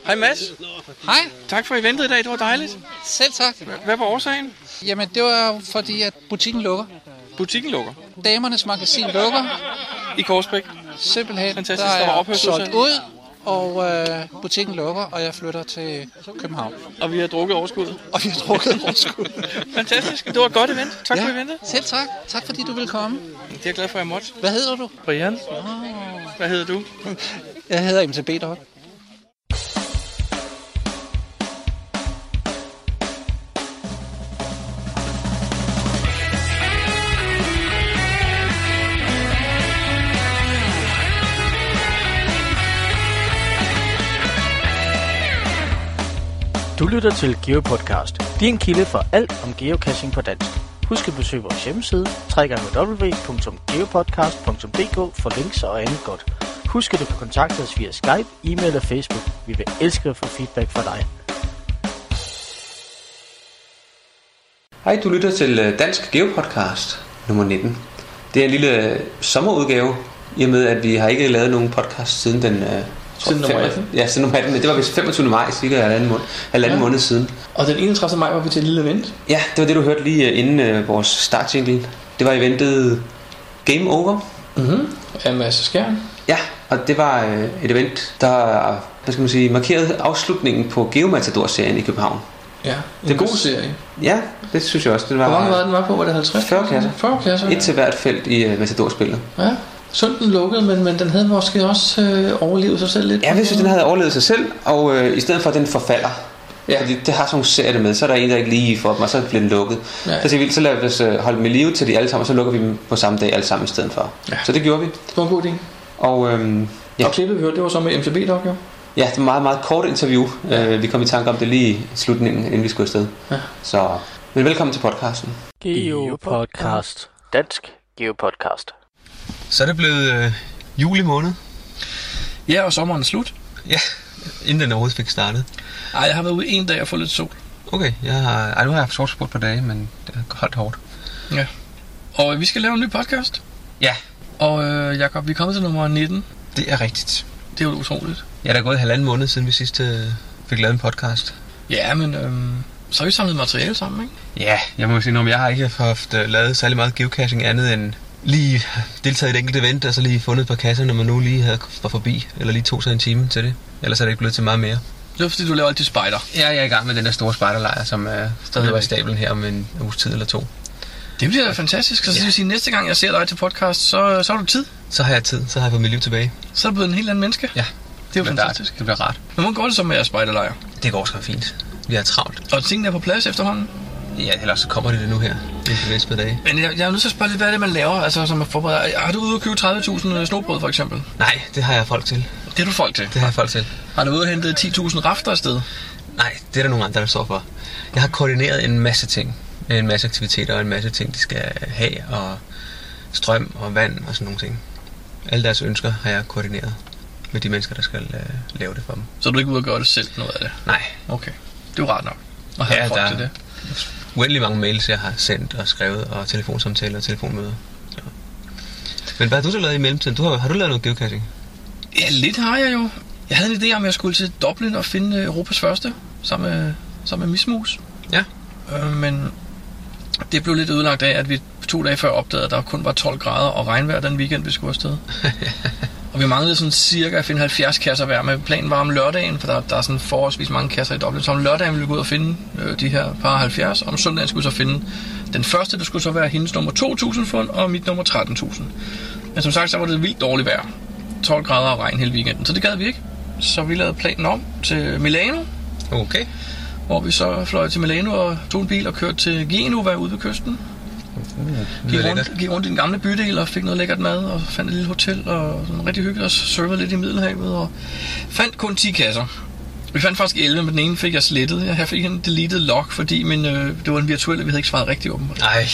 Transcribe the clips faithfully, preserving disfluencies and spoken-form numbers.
Hej Mads. Hej. Tak for eventet i dag, det var dejligt. Selv tak. Hvad var årsagen? Jamen, det var fordi, at butikken lukker. Butikken lukker? Damernes magasin lukker. I Korsbæk? Simpelthen. Fantastisk, der der var er ophørsudsalg. solgt ud, og øh, butikken lukker, og jeg flytter til København. Og vi har drukket overskud. Og vi har drukket overskud. Fantastisk, det var et godt event. Tak ja, for eventet. Selv tak. Tak fordi du vil komme. Det er jeg glad for, at jeg måtte. Hvad hedder du? Brian. Oh. Hvad hedder du? Jeg hedder M T B Dog. Du lytter til GeoPodcast, din kilde for alt om geocaching på dansk. Husk at besøge vores hjemmeside, w w w punktum geopodcast punktum d k for links og andet godt. Husk at du kan kontakte os via Skype, e-mail og Facebook. Vi vil elske at få feedback fra dig. Hej, du lytter til Dansk GeoPodcast nummer nitten. Det er en lille sommerudgave, i og med at vi har ikke lavet nogen podcast siden den... Siden nummer atten? Ja, siden nummer atten. Det var vist femogtyvende maj, cirka halvanden måned, halvanden ja. måned siden. Og den enogtredivte maj var vi til et lille event? Ja, det var det, du hørte lige inden uh, vores startjingle. Det var eventet Game Over. Mhm. Af Mads Skjern. Ja, og det var uh, et event, der hvad skal man sige, markerede afslutningen på Geomatador-serien i København. Ja, en det god var, serie. Ja, det synes jeg også. Det var, hvor mange var den var på? Var det halvtreds? fyrre kasser. fyrre kasser, ja. Et til hvert felt i uh, Matador-spillet. Ja. Sådan den lukkede, men, men den havde måske også øh, overlevet sig selv lidt. Ja, jeg synes, den havde overlevet sig selv, og øh, i stedet for at den forfalder, ja. Fordi det har sådan nogle serier med, så er der en, der ikke lige for dem, og så bliver den lukket. Ja. Så siger vi, så lader vi os øh, holde dem i live til de alle sammen, og så lukker vi dem på samme dag alle sammen i stedet for. Ja. Så det gjorde vi. Det var en god idé. Og, øhm, ja. og klippet vi hørte, det var så med M T B Dog, jo? Ja, det var et meget, meget kort interview. Ja. Øh, vi kom i tanke om det lige i slutningen, inden vi skulle afsted. Ja. Så, men velkommen til podcasten. GeoPodcast. Dansk GeoPodcast. Så er det blevet øh, juli måned. Ja, og sommeren er slut. Ja, inden den overhovedet fik startet. Ej, jeg har været ude en dag og fået lidt sol. Okay, jeg har, ej, nu har jeg haft sortsport på dage, men det har holdt hårdt. Ja. Og vi skal lave en ny podcast. Ja. Og øh, Jakob, vi er kommet til nummer nitten. Det er rigtigt. Det er jo utroligt. Ja, der er gået halvanden måned siden vi sidst øh, fik lavet en podcast. Ja, men øh, så har vi samlet materiale sammen, ikke? Ja, jeg må sige, at jeg har ikke haft uh, lavet særlig meget geocaching andet end lige deltaget i et enkelt event, og så lige fundet et par kasser, når man nu lige havde været forbi, eller lige tog sig en time til det. Ellers er det ikke blevet til meget mere. Det er fordi, du laver altid spejder. Ja, jeg er i gang med den der store spejderlejr, som uh, stadig var i stablen her om en uges tid eller to. Det bliver fantastisk. Så ja. Det vil sige, næste gang jeg ser dig til podcast, så, så har du tid. Så har jeg tid, så har jeg fået mit liv tilbage. Så er du blevet en helt anden menneske. Ja. Det er jo fantastisk. Det bliver rart. Men hvordan går det så med jeres spejderlejr? Det går sgu fint. Vi er travlt. Og tingene er på plads efterhånden? Ja, ellers så kommer det det nu her. Det er næste dage. Men jeg, jeg er nødt til at spørge lidt, hvad er det, man laver, altså som er forberedt? Har du ude at købe tredive tusind snobrød, for eksempel? Nej, det har jeg folk til. Det har du folk til? Det har jeg folk til. Har du ude at hente ti tusind rafter afsted? Nej, det er der nogle andre, der står for. Jeg har koordineret en masse ting. En masse aktiviteter og en masse ting, de skal have. Og strøm og vand og sådan nogle ting. Alle deres ønsker har jeg koordineret med de mennesker, der skal uh, lave det for dem. Så du er ikke ude at gøre det selv, noget af det? Nej. Okay. Det er jo rart nok at have ja, folk der til det. Uendelig mange mails, jeg har sendt og skrevet, og telefonsamtaler og telefonmøder. Så. Men hvad har du så lavet i mellemtiden? Du har, har du lavet noget geocaching? Ja, lidt har jeg jo. Jeg havde en idé om, at jeg skulle til Dublin og finde Europas første, sammen med, sammen med Mismus. Ja. Øh, men det blev lidt ødelagt af, at vi to dage før opdagede, at der kun var tolv grader og regnvejr den weekend, vi skulle afsted. Og vi manglede sådan cirka at finde halvfjerds kasser hver, med planen var om lørdagen, for der, der er sådan forholdsvis mange kasser i Dublin. Så om lørdagen ville vi gå ud og finde øh, de her par halvfjerds, og om søndagen skulle vi så finde den første, der skulle så være hendes nummer to tusind fund, og mit nummer tretten tusind. Men som sagt, så var det vildt dårligt vejr. tolv grader og regn hele weekenden, så det gad vi ikke. Så vi lavede planen om til Milano. Okay. Hvor vi så fløj til Milano og tog en bil og kørte til Genova ude ved kysten. Uh, gik, rundt, gik rundt i den gamle bydel og fik noget lækkert mad og fandt et lille hotel og sådan rigtig hyggeligt og servede lidt i Middelhavet og fandt kun ti kasser. Vi fandt faktisk elleve, men den ene fik jeg slettet. Jeg fik en deleted log, fordi min, øh, det var en virtuel, og vi havde ikke svaret rigtigt åben. Nej.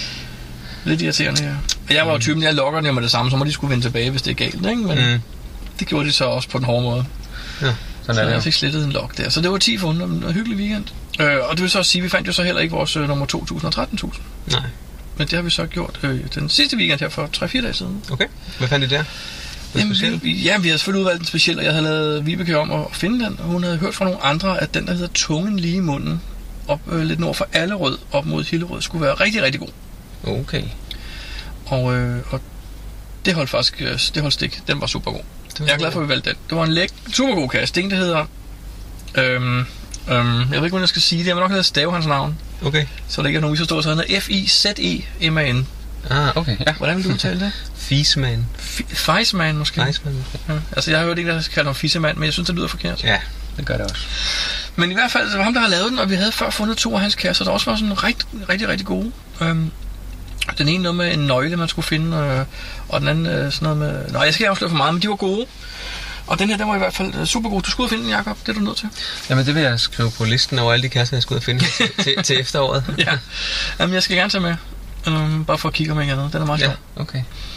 Lidt irriterende, ja. Og jeg var jo typen, jeg logger dem med det samme, så må de skulle vende tilbage, hvis det er galt, ikke? Men mm. det gjorde de så også på den hårde måde. Ja, sådan så er det. Jeg fik slettet en log der. Så det var ti fundet, en hyggelig weekend. Øh, og det vil så sige, at vi fandt jo så heller ikke vores øh, nummer to tusind og tretten tusind. Nej. Men det har vi så gjort øh, den sidste weekend her for tre fire dage siden. Okay. Hvad fandt I der? Jamen, vi, ja, vi havde selvfølgelig udvalgt en speciel, og jeg havde lavet Vibeke om at finde den, og hun havde hørt fra nogle andre, at den, der hedder Tungen lige i munden, op øh, lidt nord for Allerød, op mod Hillerød, skulle være rigtig, rigtig god. Okay. Og, øh, og det holdt faktisk, øh, det holdt stik. Den var super god. Var jeg er glad for, at vi valgte den. Det var en læk, super god kasse. Det, det hedder... Øhm, øhm, jeg ved ikke, hvordan jeg skal sige det. Jeg må nok hedde stave hans navn. Okay. Så der ikke er nogen misforståelse. Han hedder F I Z E M A N. Ah, okay, ja. Hvordan vil du udtale det? Fiseman. Fiseman, måske? Fiseman, ja. Altså, jeg har hørt en, der kalder ham Fiseman, men jeg synes, det lyder forkert. Ja, det gør det også. Men i hvert fald, det var ham, der har lavet den, og vi havde før fundet to af hans kasser, der også var sådan rigtig, rigtig, rigtig gode. Øhm, den ene noget med en nøgle, man skulle finde, øh, og den anden øh, sådan noget med... Nå, jeg skal ikke afsløre for meget, men de var gode. Og den her, den var i hvert fald super god. Du skulle ud og finde den, Jacob. Det er du nødt til. Jamen, det vil jeg skrive på listen over alle de kasser, jeg skulle ud og finde til, til, til efteråret. Ja. Jamen, jeg skal gerne tage med. Um, bare for at kigge om ikke andet. Den er meget sjov. Ja, okay.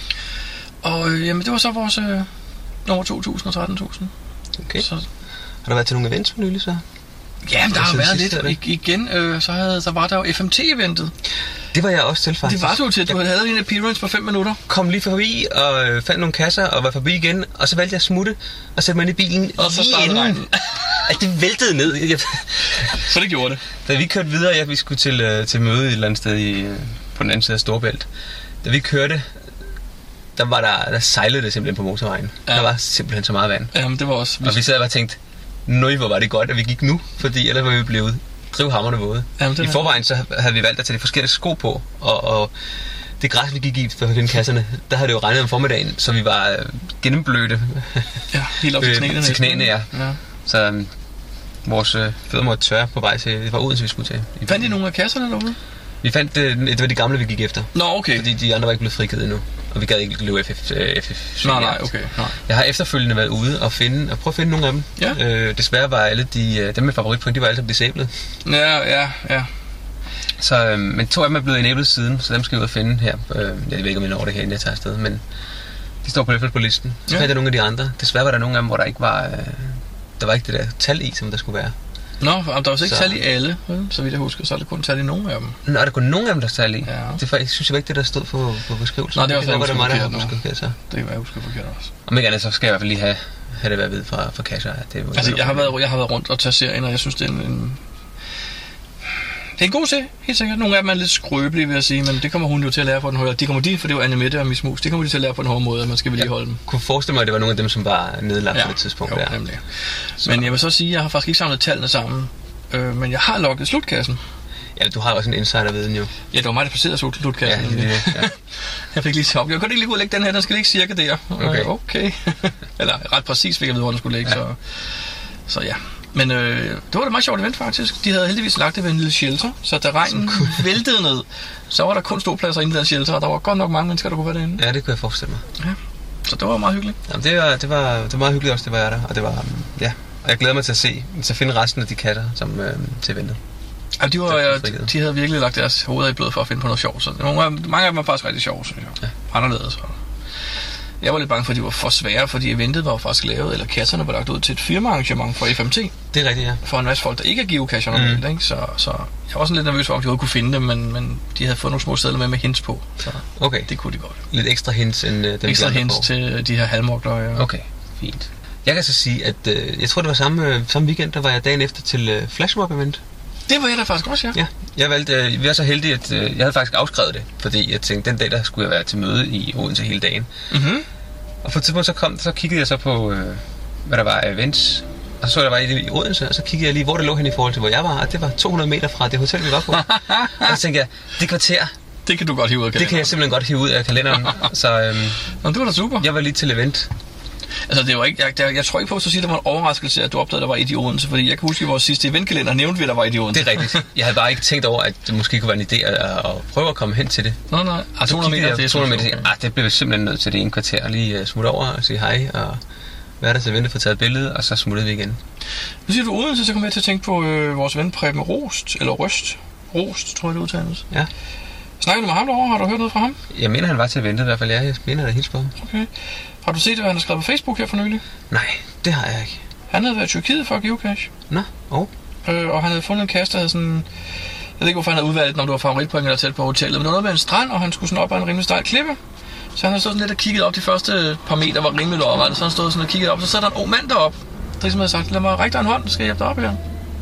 Og øh, jamen, det var så vores øh, nummer to tusind og tretten tusind. Okay. Så... Har der været til nogle events for nylig, så? Ja, der har været lidt. I, igen, øh, så, havde, så var der jo F M T-eventet. Det var jeg også til, faktisk. Det var du til. Du jeg... havde en appearance på fem minutter. Kom lige forbi og øh, fandt nogle kasser og var forbi igen. Og så valgte jeg at smutte og sætte mig ind i bilen. Og så startede regnen. Altså, det væltede ned. Så det gjorde det. Da vi kørte videre, ja, vi skulle til, øh, til møde et eller andet sted i, øh, på den anden side af Storebælt. Da vi kørte, der, var der, der sejlede det simpelthen på motorvejen. Ja. Der var simpelthen så meget vand. Jamen, det var også... Og vi sad og bare tænkte, nøj, hvor var det godt, at vi gik nu, fordi ellers var vi blevet drivhammerne våde. Jamen, I forvejen så havde vi valgt at tage de forskellige sko på, og, og det græs, vi gik i for den kasserne, der havde det jo regnet om formiddagen, så vi var øh, gennemblødte. Ja, helt op til knæene. til knæene, ja. ja. Så øh, vores øh, fødder måtte tørre på vej til, det var Odense, vi skulle til. Fandt I nogle af kasserne derude? Vi fandt, det, det var de gamle, vi gik efter. Nå, okay. Fordi de andre var ikke blevet frigivet endnu. Og vi gad ikke løbe F F syv. Nej, nej, okay. Nej. Jeg har efterfølgende været ude og finde og prøve at finde nogle af dem. Ja. Øh, desværre var alle de, dem med favoritpoint, de var alle sammen disabled. Ja, ja, ja. Så, øh, men to af dem er blevet enabled siden, så dem skal vi ud og finde her. Øh, jeg ved ikke, om jeg når det her, inden jeg tager afsted, men de står på hvert fald på listen. Så ja. fandt jeg nogle af de andre. Desværre var der nogle af dem, hvor der ikke var, øh, der var ikke det der tal i, som der skulle være. Nå, der var også ikke så... tal i alle, så vidt jeg husker, så er det kun tal i nogle af dem. Nå, er der kun nogle af dem, der er tal i? Ja. Det var, jeg synes jeg var ikke det, der stod på, på beskrivelsen. Nej, det var også, det, det var det, mig, der husker forkert, så. Det kan være, jeg husker forkert også. Om ikke andet, så skal jeg i hvert fald lige have, have det været ved fra, fra Kasha. Det altså, jeg har, været, jeg har været rundt og taget serien, og jeg synes, det er en... en det er en god serie, helt sikkert. Nogle af dem er lidt skrøbelige, vil jeg sige, men det kommer hun jo til at lære på den hårde. De kommer de, for det var Anne Mette og Miss Mus. Det kommer de til at lære på den hårde måde, at man skal vedligeholde dem. Jeg kunne forestille mig, at det var nogle af dem, som var nedlagt ja. på et tidspunkt. Jo, der. Men jeg vil så sige, at jeg har faktisk ikke samlet tallene sammen. Øh, men jeg har logget slutkassen. Ja, du har også en insiderviden jo. Ja, det var mig, der placerede slutkassen. Ja, det, det, ja. Jeg fik lige til op. Jeg kunne ikke lige gå og lægge den her, den skal ligge cirka der. Okay. Okay. Eller ret præcis fik jeg vide, hvor den skulle ligge, ja. så... Så ja. Men øh, det var da meget sjovt event faktisk. De havde heldigvis lagt det ved en lille shelter, så da regnen væltede ned, så var der kun ståpladser inde i den shelter, og der var godt nok mange mennesker, der kunne være derinde. Ja, det kunne jeg forestille mig. Ja. Så det var meget hyggeligt. Jamen, det var, det var, det var meget hyggeligt også, det var jeg der. Og det var, ja... Og jeg glæder mig til at se, til at finde resten af de katter, som øh, til eventet. Ja, de, var, ja, de havde virkelig lagt deres hoveder i blød for at finde på noget sjovt. Så nogle af, mange af dem var faktisk rigtig sjove, synes jeg. Ja. Anderledes. Jeg var lidt bange for, at de var for svære, fordi eventet var faktisk lavet, eller kasserne var lagt ud til et firmaarrangement for F M T. Det er rigtigt, ja. For en masse folk, der ikke er geocacher normalt, mm. ikke? Så, så jeg var sådan lidt nervøs for, om de overhovedet kunne finde dem, men, men de havde fået nogle små steder med med hints på. Så okay. Det kunne de godt. Lidt ekstra hints end uh, dem, ekstra hints på. Til de her halvmokler. Ja. Okay, fint. Jeg kan så sige, at øh, jeg tror, det var samme, øh, samme weekend, der var jeg dagen efter til øh, flashmob-event. Det var jeg da faktisk også, ja. Ja, jeg valgte, øh, vi var så heldige, at øh, jeg havde faktisk afskrevet det, fordi jeg tænkte, den dag, der skulle jeg være til møde i Odense hele dagen. Mm-hmm. Og på et tidspunkt, så, kom, så kiggede jeg så på, øh, hvad der var af events, og så så jeg, der var i, i Odense, og så kiggede jeg lige, hvor det lå hen i forhold til, hvor jeg var, og det var to hundrede meter fra det hotel, vi var på. Og så tænkte jeg, det kvarter, det kan du godt hive ud af kalenderen. Det kan jeg simpelthen godt hive ud af kalenderen. Så øhm, Nå, det var da super. Jeg var lige til event. Altså, det var ikke, jeg, jeg, jeg tror ikke på, at du siger, at det var en overraskelse, at du opdagede, at der var et i Odense, fordi jeg kan huske, at i vores sidste eventkalender nævnte vi, at der var et i Odense. Det er rigtigt. Jeg havde bare ikke tænkt over, at det måske kunne være en idé at, at prøve at komme hen til det. Nå, nej. Ah, to hundrede meter, det er to hundrede meter, okay. ah, det blev simpelthen nødt til det ene kvarter og lige uh, smutte over og sige hej og være der til event for at tage et billede, og så smuttede vi igen. Nu siger du Odense, så kommer jeg til at tænke på øh, vores ven Preben Rost, eller Røst. Rost, tror jeg det udtales. Ja. Snakker du med ham derovre? Har du hørt noget fra ham? Jeg mener, han var til eventet i hvert fald. Ja, jeg mener, der er hils på ham. Okay. Har du set, hvad han har skrevet på Facebook her for nylig? Nej, det har jeg ikke. Han havde været i Tyrkiet for at geocache. Nå, oh. øh, og han havde fundet en kasse, der havde sådan... Jeg ved ikke, hvorfor han havde udvalgt, når du var favoritpoint eller tæt på hotellet, men det var noget med en strand, og han skulle sådan op ad en rimelig stejl klippe. Så han har stået sådan lidt og kigget op de første par meter, var rimelig lodrettet. Så han stod sådan og kigget op, så sætter der en ung mand derop. Der ligesom havde sagt, lad mig række dig en hånd, skal jeg hjælpe dig op her.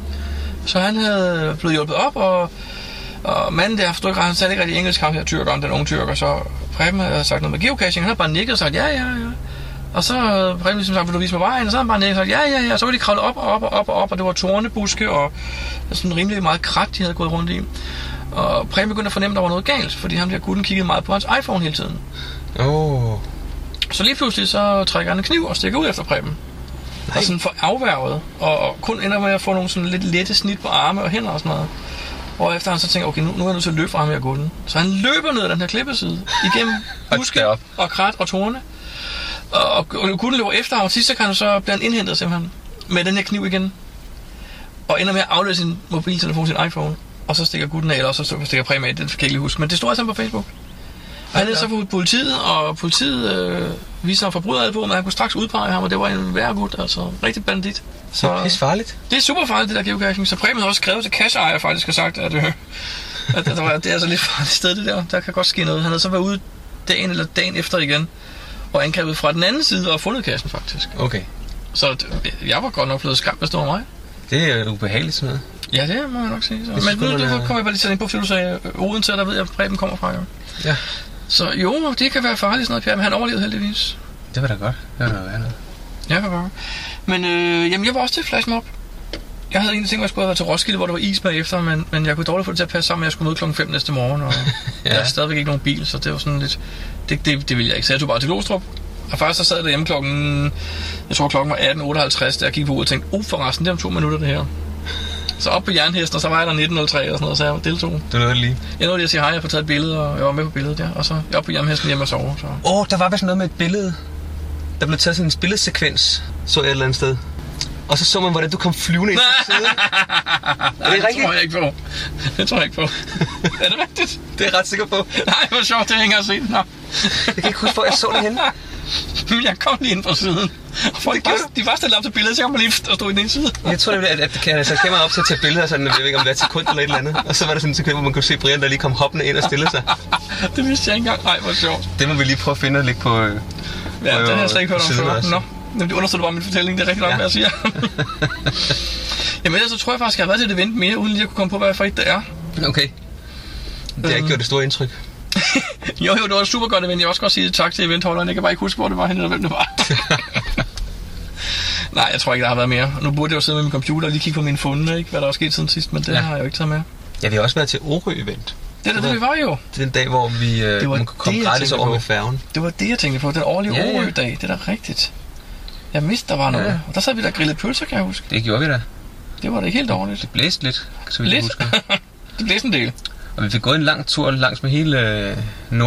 Så han havde blevet hjulpet op, og, og manden der forstod ikke, han sagde ikke rigtig engelsk, ham her tyrkeren, den unge tyrker. Så Preben havde sagt noget med geocaching, han havde bare nikket og sagt, ja, ja, ja. Og så havde Preben ligesom sagt, vil du vise mig vejen? Og så havde han bare nikket og sagt, ja, ja, ja. Så var de kravlet op og op og op og op, og det var tornebuske, og sådan rimelig meget krat, de havde gået rundt i. Og Preben begyndte at fornemme, at der var noget galt, fordi ham der gutten kiggede meget på hans iPhone hele tiden. Oh. Så lige pludselig så trækker han en kniv og stikker ud efter Preben. Og sådan for afværget, og, og kun ender med at få nogle sådan lidt lette snit på arme og hænder og sådan noget. Og efter han så tænker, okay, nu, nu er jeg nødt til at løbe fra ham her gutten. Så han løber ned ad den her klippeside, igennem buske og krat og torne. Og, og, og gutten løber efter ham, og sidst så kan han så blive indhentet simpelthen med den her kniv igen. Og ender med at afløse sin mobiltelefon, sin iPhone. Og så stikker gutten af, eller så stikker Preben af, det kan jeg ikke huske. Men det stod altså på Facebook. Og han er så på politiet, og politiet øh, viser ham forbryderalbum, men han kunne straks udpege ham, og det var en værre gut, altså rigtig bandit. Så det er pisse farligt. Det er super farligt, det der geocaching. Så Preben har også skrevet til cache-ejer faktisk og sagt, at, øh, at, at, at det er altså lidt farligt sted, det der. Der kan godt ske noget. Han havde så været ude dagen eller dagen efter igen, og angrebet fra den anden side og fundet kassen faktisk. Okay. Så jeg var godt nok blevet skræmt, hvis det var mig. Det er ubehageligt sådan noget. Ja, det må jeg nok sige. Så. Men nu, nu kommer jeg bare lige til at på, fordi du sagde Odense, der ved jeg, at Preben kommer fra. Jo. Ja. Så jo, det kan være farligt sådan noget, Pierre, men han overlevede heldigvis. Det var da godt. Det var da værd. Ja, det var godt. Men øh, jamen, jeg var også til flashmob. Jeg havde egentlig tænkt mig, at jeg skulle have været til Roskilde, hvor der var is med efter, men, men jeg kunne dårligt få det til at passe sammen med, at jeg skulle møde klokken fem næste morgen, og ja. Jeg havde stadigvæk ikke nogen bil, så det var sådan lidt... Det, det, det ville jeg ikke. Så jeg tog bare til Glostrup. Og faktisk så sad jeg derhjemme klokken... Jeg tror klokken var atten otteoghalvtreds, da jeg gik på ud og tænkte, uh forresten, det er om to minutter det her. Så op på jernhesten, og så var jeg der nitten nul tre og sådan noget, så jeg deltog. Det nåede lige. Jeg nåede lige at sige hej, jeg har fået taget et billede, og jeg var med på billedet der. Og så jeg op på jernhesten hjemme og sove. Åh, oh, der var vist noget med et billede. Der blev taget sådan en billedsekvens, så jeg et eller andet sted. Og så så man, hvordan du kom flyvende ind på siden. Nej, det, det tror jeg ikke på. Det tror jeg ikke på. Er det rigtigt? Det er jeg ret sikker på. Nej, hvor sjovt, det hænger jeg set. Nå. Jeg kan ikke huske, hvor jeg så det henne. Men jeg kom lige ind på siden. Og folk, de, var, de var stillet op til billedet, så jeg kom lige og stod i den ene side. Jeg tror nemlig, at, at kan, altså, kameraet op til at tage billeder, sådan, jeg ved ikke om det er et sekund eller et eller andet. Og så var der sådan en sekund, hvor man kunne se Brian, der lige kom hoppende ind og stille sig. Det vidste jeg ikke engang. Nej, hvor sjovt. Det må vi lige prøve at finde og lægge på. Øh, ja, på, den har jeg slet ikke hørt om før. Nå. Det understøtter bare min fortælling, det er rigtig langt, ja. Hvad jeg siger. Jamen ellers så tror jeg faktisk, at jeg har været til et event mere, uden lige at kunne komme på, hvad for et det er. Okay. Det har ikke gjort det store indtryk. jo, jo, det var et super godt event. Jeg vil også godt sige tak til eventholderen. Jeg kan bare ikke huske, hvor det var henne, eller hvem det var. Nej, jeg tror ikke, der har været mere. Nu burde jeg jo sidde med min computer og lige kigge på mine funde, ikke? Hvad der er sket siden sidst, men det ja. Har jeg jo ikke taget med. Ja, vi har også været til Orø-event. Det er det, det, vi var jo. Det er den dag, hvor vi øh, man kunne komme gratis over med færgen. Det var det, jeg tænkte på. Den årlige ja, Orø-dag. Det er da rigtigt. Jeg vidste, der var noget. Ja. Og der sad vi der grillet pølser, kan jeg huske. Det gjorde vi da. Det var da ikke helt dårligt. Det blæste lidt, så vi lidt? husker. Det blæste en del. Og vi fik gået en lang tur langs med hele øh,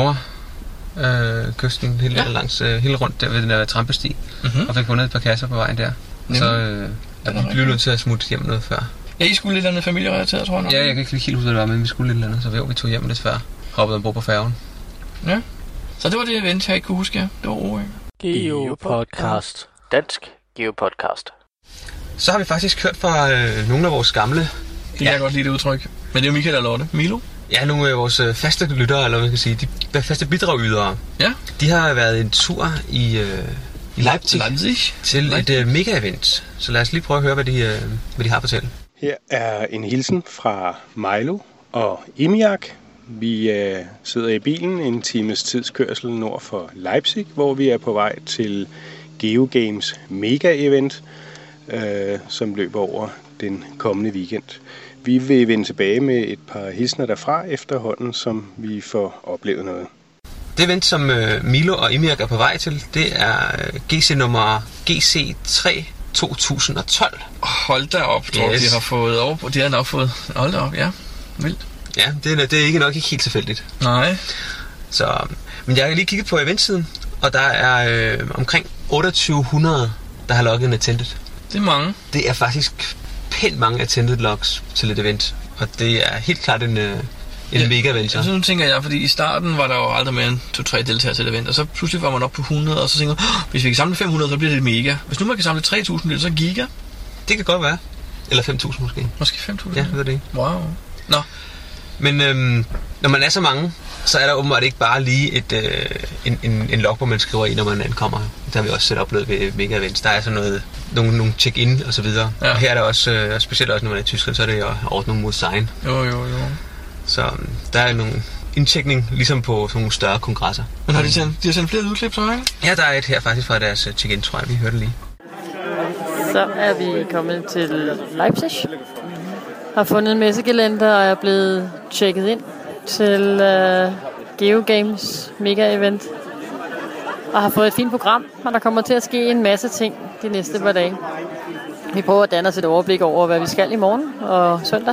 nordkysten, øh, hele, ja. langs, øh, hele rundt der ved den der trampesti. Mm-hmm. Og fik fundet et par kasser på vejen der. Nemlig. Så øh, der blev nødt til at smutte hjem noget før. Ja, I skulle lidt andet familierelateret, tror jeg nok. Ja, jeg kan ikke helt huske, hvad det var, men vi skulle lidt andet. Så vi, vi tog hjem lidt før. Hoppede ombord på færgen. Ja. Så det var det event, jeg ikke kunne huske. Ja. Det var Orø. Geopodcast. Dansk Geopodcast. Så har vi faktisk hørt fra øh, nogle af vores gamle... Det kan ja. Jeg godt lide det udtryk. Men det er jo Michael og Lotte. Milo? Ja, nogle af vores faste lyttere, eller hvad man kan sige. De faste bidragydere. Ja. De har været en tur i, øh, i Leipzig, Leipzig til Leipzig. et øh, mega-event. Så lad os lige prøve at høre, hvad de, øh, hvad de har at fortælle. Her er en hilsen fra Milo og Imiak. Vi øh, sidder i bilen en times tidskørsel nord for Leipzig, hvor vi er på vej til GeoGames Mega-event, øh, som løber over den kommende weekend. Vi vil vende tilbage med et par hilsner derfra efterhånden, som vi får oplevet noget. Det event, som øh, Milo og Imiak er på vej til, det er øh, G C nummer G C tre to tusind og tolv. Hold da op, tror yes. De har fået over på. De har nok fået. Hold da op, ja. Vildt. Ja, det er, det er ikke nok ikke helt tilfældigt. Nej. Så, men jeg har lige kigget på eventsiden, og der er øh, omkring otteogtyve hundrede, der har logget en attended. Det er mange. Det er faktisk pænt mange attended logs til et event, og det er helt klart en, øh, en ja, mega event. Så nu tænker jeg, fordi i starten var der jo aldrig mere end to-tre deltagere til et event, og så pludselig var man op på hundrede, og så tænker jeg, hvis vi kan samle fem hundrede, så bliver det mega. Hvis nu man kan samle tre tusind, bliver det så giga? Det kan godt være. Eller fem tusind måske. Måske fem tusind? Ja, det er det. Wow. Nå. Men øhm, når man er så mange, så er der åbenbart ikke bare lige et, øh, en, en, en logbog, man skriver i, når man ankommer. Det har vi også selv oplevet ved Mega Events. Der er sådan noget, nogle, nogle check-in og så videre. Ja. Og her er der også, øh, specielt også når man er i Tyskland, så er det jo ordnet mod sign. Jo, jo, jo. Så um, der er nogle indtjekning, ligesom på sådan nogle større kongresser. Men har de sendt, de har sendt flere udklip, så ikke? Ja, der er et her faktisk fra deres check-in, tror jeg, vi hørte lige. Så er vi kommet til Leipzig. Har fundet en messegelænde og er blevet tjekket ind til uh, GeoGames Mega Event. Og har fået et fint program, og der kommer til at ske en masse ting de næste par dage. Vi prøver at danne os et overblik over, hvad vi skal i morgen og søndag.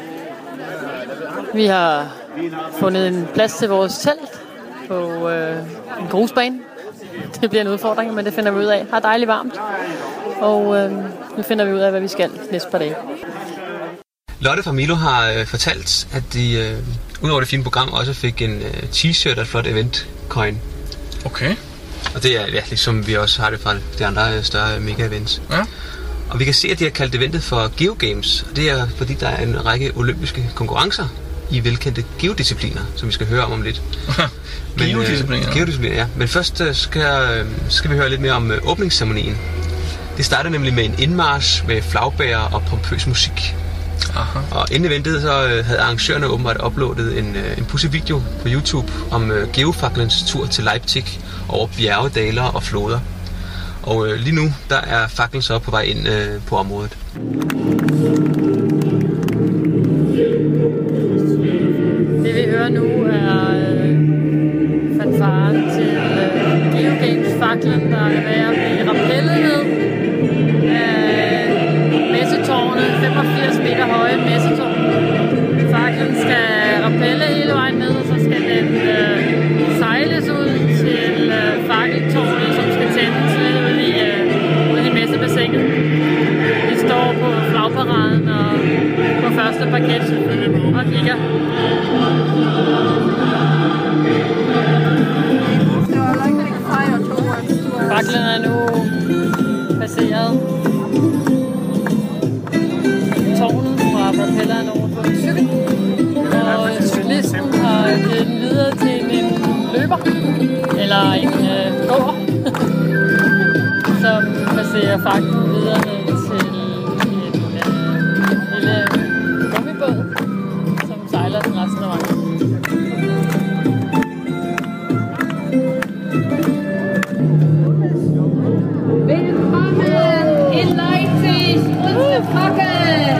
Vi har fundet en plads til vores telt på øh, en grusbane. Det bliver en udfordring, men det finder vi ud af. Har dejligt varmt, og øh, nu finder vi ud af, hvad vi skal næste par dage. Lotte fra Milo har øh, fortalt, at de øh, udover det fine program også fik en øh, t-shirt og et flot event-coin. Okay. Og det er ja, ligesom vi også har det fra de andre øh, større mega-events. Ja. Og vi kan se, at de har kaldt eventet for GeoGames, og det er fordi, der er en række olympiske konkurrencer i velkendte geodiscipliner, som vi skal høre om om lidt. Men, geodiscipliner? Øh, geodiscipliner, ja. Men først øh, skal, øh, skal vi høre lidt mere om øh, åbningsceremonien. Det starter nemlig med en indmarch med flagbærer og pompøs musik. Aha. Og inden eventet så øh, havde arrangørerne åbenbart uploadet en, øh, en pudsig video på YouTube om øh, geofaklerens tur til Leipzig over bjerge, daler og floder. Og øh, lige nu, der er faklen så på vej ind øh, på området. Det vi hører nu er øh, fanfaren til øh, GeoGames-faklen, der er ved at blive rappellet ned af messetårnet, femogfirs meter høje messetårn. Faklen skal rappelle hele vejen ned, og så skal den øh, sejles ud til øh, fakkeltårnet, som skal tændes lidt ude i, øh, ude i messebassinet. Vi står på flagparaden og på første parket og kigger. Faklen er nu passeret tårnet fra propelleren over på en cykel, og cyklisten har givet den videre til en løber, eller en øh, gåer, som passerer faklen videre ned til en øh, lille gummibåd, som sejler den resten af vejen. Willkommen in Leipzig, unsere Fackel!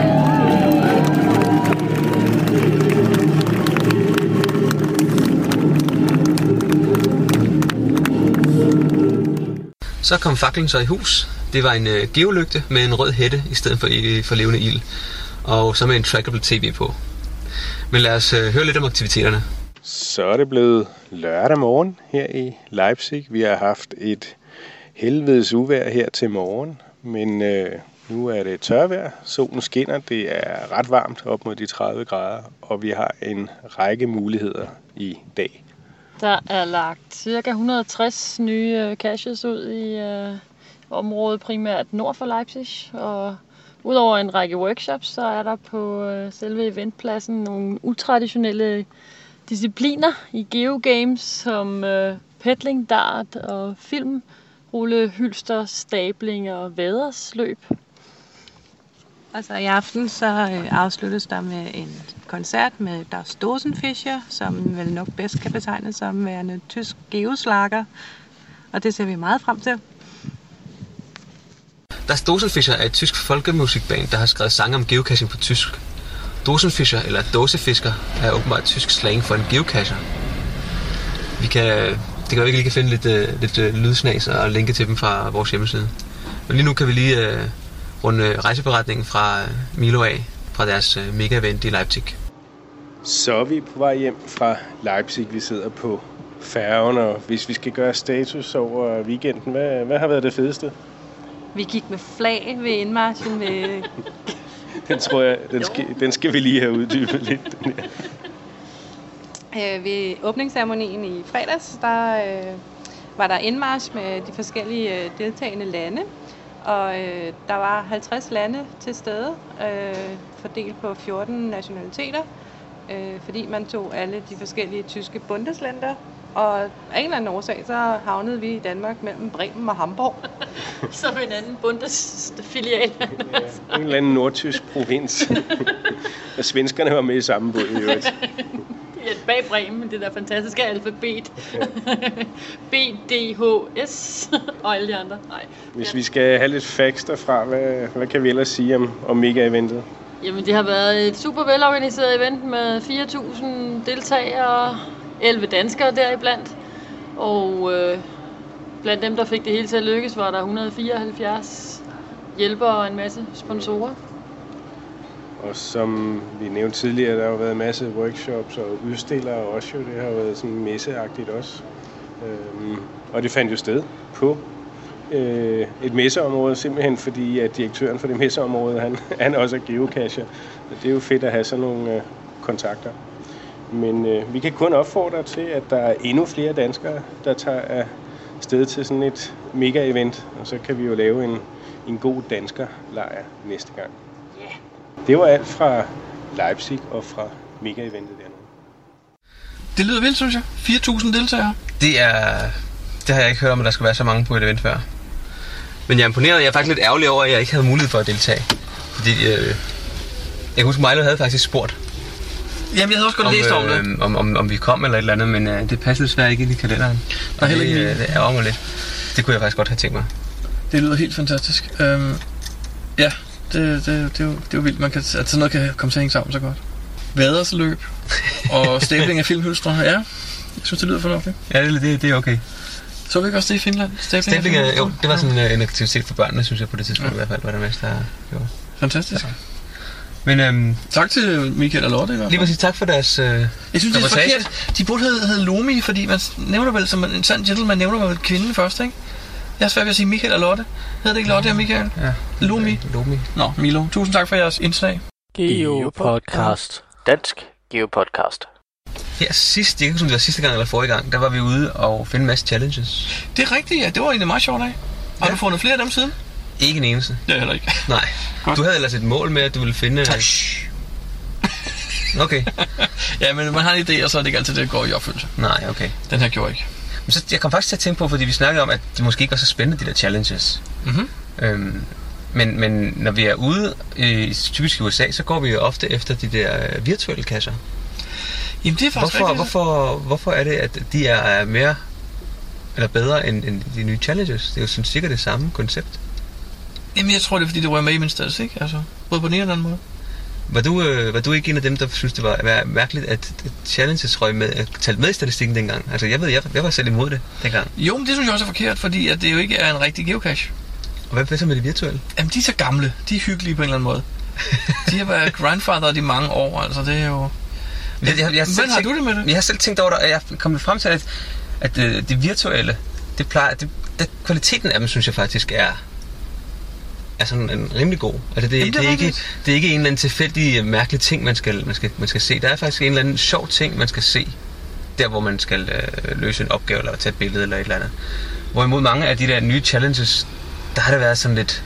Så kom faklen så i hus. Det var en øh, geolygte med en rød hætte i stedet for, øh, for levende ild. Og så med en trackable tv på. Men lad os øh, høre lidt om aktiviteterne. Så er det blevet lørdag morgen her i Leipzig. Vi har haft et helvedes uvejr her til morgen, men øh, nu er det tørvejr. Solen skinner, det er ret varmt, op mod de tredive grader, og vi har en række muligheder i dag. Der er lagt ca. et hundrede og tres nye caches ud i øh, området, primært nord for Leipzig. Og udover en række workshops, så er der på øh, selve eventpladsen nogle utraditionelle discipliner i GeoGames, som øh, peddling, dart og film, rulle, hylster, stabling og væddersløb. Altså i aften så øh, afsluttes der med en koncert med Das Dosenfischer, som vel nok bedst kan betegnes som værende tysk geoslager, og det ser vi meget frem til. Das Dosenfischer er et tysk folkemusikband, der har skrevet sange om geocaching på tysk. Dosenfischer eller dåsefisker er åbenbart tysk slang for en geocacher. Vi kan, det kan være, at vi lige kan finde lidt, uh, lidt uh, lydsnas og linke til dem fra vores hjemmeside. Men lige nu kan vi lige uh, runde rejseberetningen fra uh, Milo af, fra deres uh, mega-event i Leipzig. Så er vi på vej hjem fra Leipzig. Vi sidder på færgen, og hvis vi skal gøre status over weekenden, hvad, hvad har været det fedeste? Vi gik med flag ved indmarchen med... Den tror jeg, den skal, den skal vi lige have uddybet lidt. øh, ved åbningsceremonien i fredags, der øh, var der indmarch med de forskellige øh, deltagende lande. Og øh, der var halvtreds lande til stede, øh, fordelt på fjorten nationaliteter. øh, fordi man tog alle de forskellige tyske Bundesländer, og af en eller anden årsag, så havnede vi i Danmark mellem Bremen og Hamburg. Som en anden Bundesfilial. Ja, en eller anden nordtysk provins. Og svenskerne var med i samme båd i øvrigt. Ja, bag Bremen, det der fantastiske alfabet. Ja. B, D, H, S og alle de andre. Nej. Hvis vi skal have lidt facts derfra, hvad, hvad kan vi ellers sige om, om mega-eventet? Jamen, det har været et super velorganiseret event med fire tusind deltagere, elleve danskere deriblandt. Og øh, blandt dem, der fik det hele til at lykkes, var der et hundrede og fireoghalvfjerds hjælpere og en masse sponsorer. Og som vi nævnte tidligere, der har jo været en masse workshops og udstillere også jo. Det har jo været sådan messeagtigt også. Øhm, og det fandt jo sted på øh, et messeområde, simpelthen fordi at direktøren for det messeområde, han, han også er geocacher. Det er jo fedt at have sådan nogle øh, kontakter. Men øh, vi kan kun opfordre til, at der er endnu flere danskere, der tager af sted til sådan et mega-event. Og så kan vi jo lave en, en god danskerlejr næste gang. Yeah. Det var alt fra Leipzig og fra mega-eventet dernede. Det lyder vildt, synes jeg. fire tusind deltagere. Det er... Det har jeg ikke hørt om, at der skal være så mange på et event før. Men jeg er imponeret. Jeg er faktisk lidt ærgerlig over, at jeg ikke havde mulighed for at deltage. Fordi... Øh, jeg kan huske, Milo havde faktisk spurgt. Jamen, jeg havde også godt om, læst om det. Øh, om, om, om vi kom eller et eller andet, men øh, det passede desværre ikke ind i kalenderen. Og det, øh, det ærger mig lidt. Det kunne jeg faktisk godt have tænkt mig. Det lyder helt fantastisk. Øhm, ja, det, det, det, er jo, det er jo vildt, man kan, at sådan noget kan komme til at hænge sammen så godt. Vædersløb og stabling af filmhylstre. Ja, jeg synes, det lyder fornuftigt. Ja, det, det, det er okay. Så vi ikke også det i Finland? Stabling, stabling af, jo, det var sådan en, en aktivitet for børnene, synes jeg på det tidspunkt ja. I hvert fald, var det mest, der gjorde. Fantastisk. Ja. Men øhm, tak til Michael og Lotte i hvert fald. Lige præcis, tak for deres øh, jeg synes, det er forkert. De burde hedde, hedde Lomi, fordi man nævner vel, som en sand gentleman nævner vel kvinden først, ikke? Jeg er svært ved at sige Michael og Lotte. Hedder det ikke Lotte og Michael? Ja. Lomi. Lomi. Nå, Milo. Tusind tak for jeres indslag. GeoPodcast. Dansk GeoPodcast. Her sidst, jeg kan ikke det var sidste gang eller forrige gang, der var vi ude og finde en masse challenges. Det er rigtigt, ja. Det var egentlig meget sjovt af. Har ja. du fundet flere af dem siden? Ikke en eneste. Det er heller ikke. Nej. Godt. Du havde ellers et mål med, at du ville finde... Okay. Ja, men man har en idé, og så er det ikke altid det, går i opfyldelse. Nej, okay. Den her gjorde ikke. Men så, jeg kom faktisk til at tænke på, fordi vi snakkede om, at det måske ikke var så spændende, de der challenges. Mm-hmm. Øhm, men, men når vi er ude, øh, typisk i U S A, så går vi jo ofte efter de der øh, virtuelle kasser. Jamen det er faktisk hvorfor, rigtigt. Hvorfor, hvorfor er det, at de er mere eller bedre end, end de nye challenges? Det er jo sådan sikkert det samme koncept. Jamen jeg tror, det er fordi, det var med i min statistik, altså. Både på den ene og den anden måde. Var du, øh, var du ikke en af dem, der synes det var, var mærkeligt, at, at challenges røg med, at talte med i statistikken dengang? Altså jeg ved, jeg, jeg var selv imod det dengang. Jo, men det synes jeg også er forkert, fordi at det jo ikke er en rigtig geocache. Og hvad er så med det virtuelle? Jamen de er så gamle, de er hyggelige på en eller anden måde. De har været grandfather i mange år, altså det er jo... Jeg, jeg, jeg Hvordan har tænkt, du det med det? Jeg har selv tænkt over det, og jeg er kommet frem til, at, at øh, det virtuelle, det plejer, det, det, kvaliteten af dem, synes jeg faktisk er... er sådan en rimelig god. Altså det, Jamen, det, det, er er ikke, det er ikke en eller anden tilfældig mærkelig ting, man skal, man, skal, man skal se. Der er faktisk en eller anden sjov ting, man skal se, der hvor man skal øh, løse en opgave, eller tage et billede, eller et eller andet. Hvorimod mange af de der nye challenges, der har det været sådan lidt...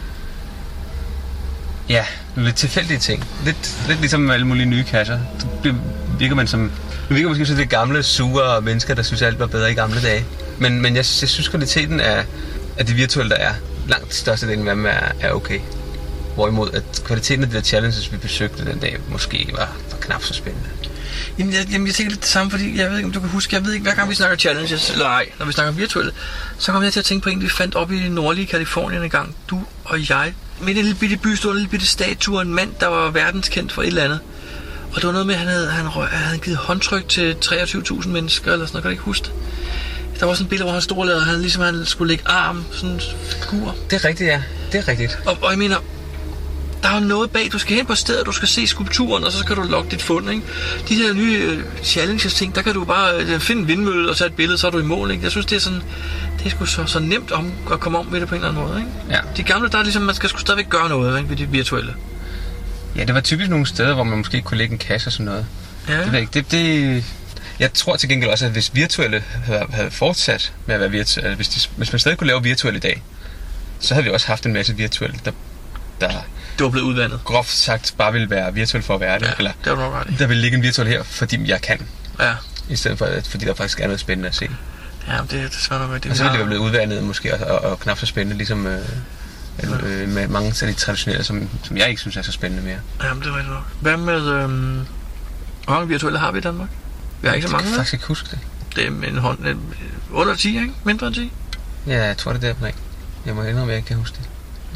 Ja, lidt tilfældige ting. Lidt, lidt ligesom alle mulige nye kasser. Så virker man som... Nu virker måske som det gamle, sure mennesker, der synes, at alt var bedre i gamle dage. Men, men jeg, jeg synes, kvaliteten af, af det virtuelle, der er, langt størstedelen af dem er, er okay. Hvorimod at kvaliteten af de der challenges, vi besøgte den dag, måske var, var knap så spændende. Jamen jeg, jamen, jeg tænker lidt det samme, fordi jeg ved ikke, om du kan huske, jeg ved ikke, hver gang vi snakker challenges, eller ej, når vi snakker virtuelle, så kommer jeg til at tænke på en, vi fandt op i det nordlige Kalifornien en gang, du og jeg. Midt i en lille bitte by stod en lille bitte statue af en mand, der var verdenskendt for et eller andet. Og det var noget med, at han havde, han, han havde givet håndtryk til treogtyve tusind mennesker, eller sådan noget, kan du ikke huske det? Der var sådan et billede, hvor han stod og lavede, han ligesom han skulle lægge arm, sådan en figur. Det er rigtigt, ja. Det er rigtigt. Og, og jeg mener, der er jo noget bag. Du skal hen på stedet, du skal se skulpturen, og så skal du logge dit fund, ikke? De her nye uh, challenges ting, der kan du bare uh, finde en vindmølle og tage et billede, så er du i mål, ikke? Jeg synes, det er sådan, det er sgu så, så nemt om at komme om ved det på en eller anden måde, ikke? Ja. De gamle, der er ligesom, man skal sgu stadigvæk gøre noget, ikke? Ved de virtuelle. Ja, det var typisk nogle steder, hvor man måske kunne lægge en kasse og sådan noget. Ja. Det ved jeg ikke. Det, det... Jeg tror til gengæld også, at hvis virtuelle havde, havde fortsat med at være virtuelle, hvis, de, hvis man stadig kunne lave virtuelle i dag, så havde vi også haft en masse virtuelle, der... der det det var blevet udvandet. Groft sagt bare ville være virtuel for at være det. Ja, eller, det var nok ret. Der vil ligge en virtuel her, fordi jeg kan. Ja. I stedet for, fordi der faktisk er noget spændende at se. Ja, det, det er svært nok rigtigt. Og så ville det være blevet udvandet måske, og, og, og knap så spændende, ligesom øh, ja. øh, med mange af de traditionelle, som, som jeg ikke synes er så spændende mere. Jamen, det er rigtigt nok. Hvad med, øh, hvor mange virtuelle har vi i Danmark? Vi har ikke så mange. Jeg kan faktisk ikke huske det. Det er en hånd, under ti, ikke? Mindre end ti? Ja, jeg tror det er der. Jeg må indrømme, at jeg ikke kan huske det.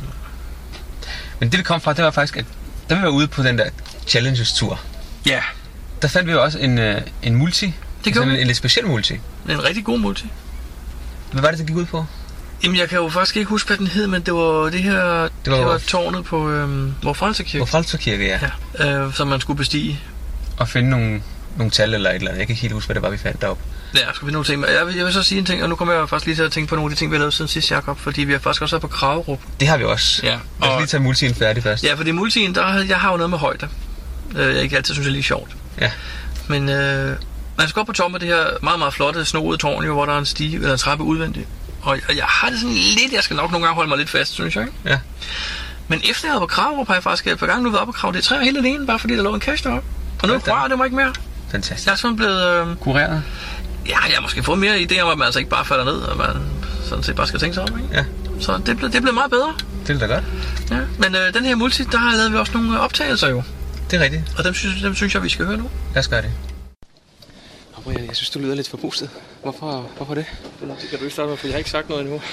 Men det vi kom fra, det var faktisk, at da vi var ude på den der Challenges-tur, ja. Der fandt vi jo også en, uh, en multi. Det altså en, en lidt speciel multi. En rigtig god multi. Hvad var det, det gik ud på? Jamen, jeg kan jo faktisk ikke huske, hvad den hed, men det var det her... Det var, det var tårnet på øhm, Vor Frelser Kirke. Vor Frelser Kirke, ja. ja øh, som man skulle bestige. Og finde nogle, nogle tal eller et eller andet. Jeg kan ikke helt huske, hvad det var, vi fandt deroppe. Ja, jeg skulle finde nogle ting. Jeg vil, jeg vil så sige en ting, og nu kommer jeg faktisk lige til at tænke på nogle af de ting, vi har lavet siden sidst, Jacob. Fordi vi har faktisk også været på Kragerup. Det har vi også. Ja. Lad os lige tage multien færdig først. Ja, fordi multien, der jeg har jo noget med højde. Jeg ikke altid synes, det er lige sjovt. Ja. Men øh, man skal op på toppen af det her meget, meget flotte, snoede tårn, jo, hvor der er en stige eller en trappe udvendigt. Og jeg, jeg har det sådan lidt, jeg skal nok nogle gange holde mig lidt fast, synes jeg, ikke? Ja. Men efter jeg havde på Kragerup, har jeg faktisk et par gange nu været op på Kragerup. Det er tre helt alene, bare fordi der lå en cash deroppe. Og nu er jeg det mig ikke mere. Fantastisk. Jeg er sådan blevet... Øh, kureret? Ja, jeg har måske fået mere idé om, at man altså ikke bare falder ned, og man sådan set bare skal tænke sig om, ikke? Ja. Så det blev, det blev meget bedre. Det er da godt. Ja, men øh, den her multi, der har lavet vi også nogle optagelser jo. Det er rigtigt. Og dem synes, dem synes jeg, vi skal høre nu. Lad os gøre det. Brian, jeg synes, du lyder lidt forpustet. Hvorfor, hvorfor det? Det kan du ikke starte med, for jeg har ikke sagt noget endnu.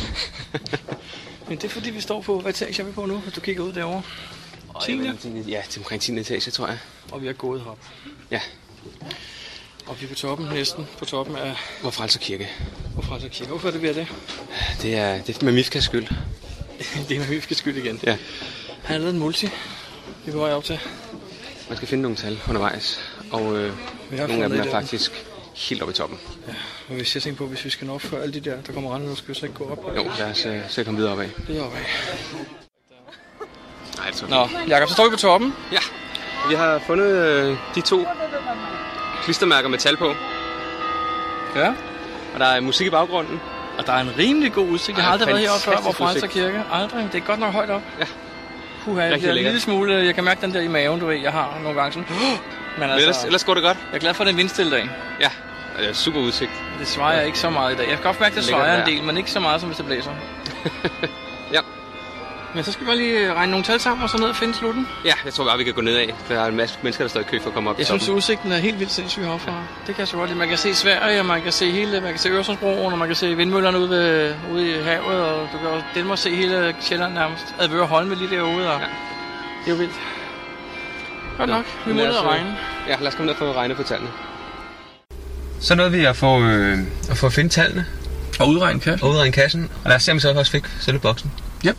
Men det er fordi, vi står på, hvad etage er vi på nu, hvis du kigger ud derovre? tiende? Ja, til omkring tiende etage, tror jeg. Og vi har gået herop. Ja. Og vi er på toppen, næsten på toppen af... Vor Frelser Kirke. Vor Frelser Kirke. Hvorfor er det, vi er det? Det er, det er med Mifkas skyld. Det er med Mifkas skyld igen. Ja. Han har lavet en multi. Vi er på vej op til. Man skal finde nogle tal undervejs, og øh, nogle af dem er faktisk helt oppe i toppen. Ja, og hvis jeg tænker på, hvis vi skal nå op for alle de der, der kommer rendende, skal vi så ikke gå op? Jo, lad os øh, så komme videre opad. Det er opad. Nej, det er Nå, Jacob, så står vi på toppen. Ja, vi har fundet øh, de to klistermærker med tal på. Ja. Og der er musik i baggrunden. Og der er en rimelig god udsigt. Jeg har aldrig været heroppe før, Vor Frelser Kirke. Aldrig. Det er godt nok højt op. Ja. Puha, jeg bliver en lille smule, jeg kan mærke den der i maven, du ved, jeg har nogle gange sådan. Men altså, ellers, ellers går det godt. Jeg er glad for den vindstille dag. Ja, det er super udsigt. Det svejer ja. Ikke så meget i dag. Jeg kan godt mærke, at det svejer en del, men ikke så meget, som hvis det blæser. Ja. Men så skal vi bare lige regne nogle tal sammen og så ned og finde slutten. Ja, jeg tror bare, vi kan gå ned af. Der er en masse mennesker, der står i kø for at komme op. Jeg synes, udsigten er helt vildt sindssyg herfra. Det kan jeg så godt lide. Man kan se Sverige, og man kan se hele, man kan se Øresundsbroen, og man kan se vindmøllerne ude, ved, ude i havet, og du kan også den må se hele Sjælland nærmest. Advøre Holme lige derude, og ja. Det er jo vildt. Godt nok, vi må ned og regne. Ja, lad os komme ned for at regne på tallene. Så nåede vi at få, øh, at få at finde tallene. Og udregne kassen. Og udregne kassen. Og lad os se, om vi så også fik selve boksen. Yep.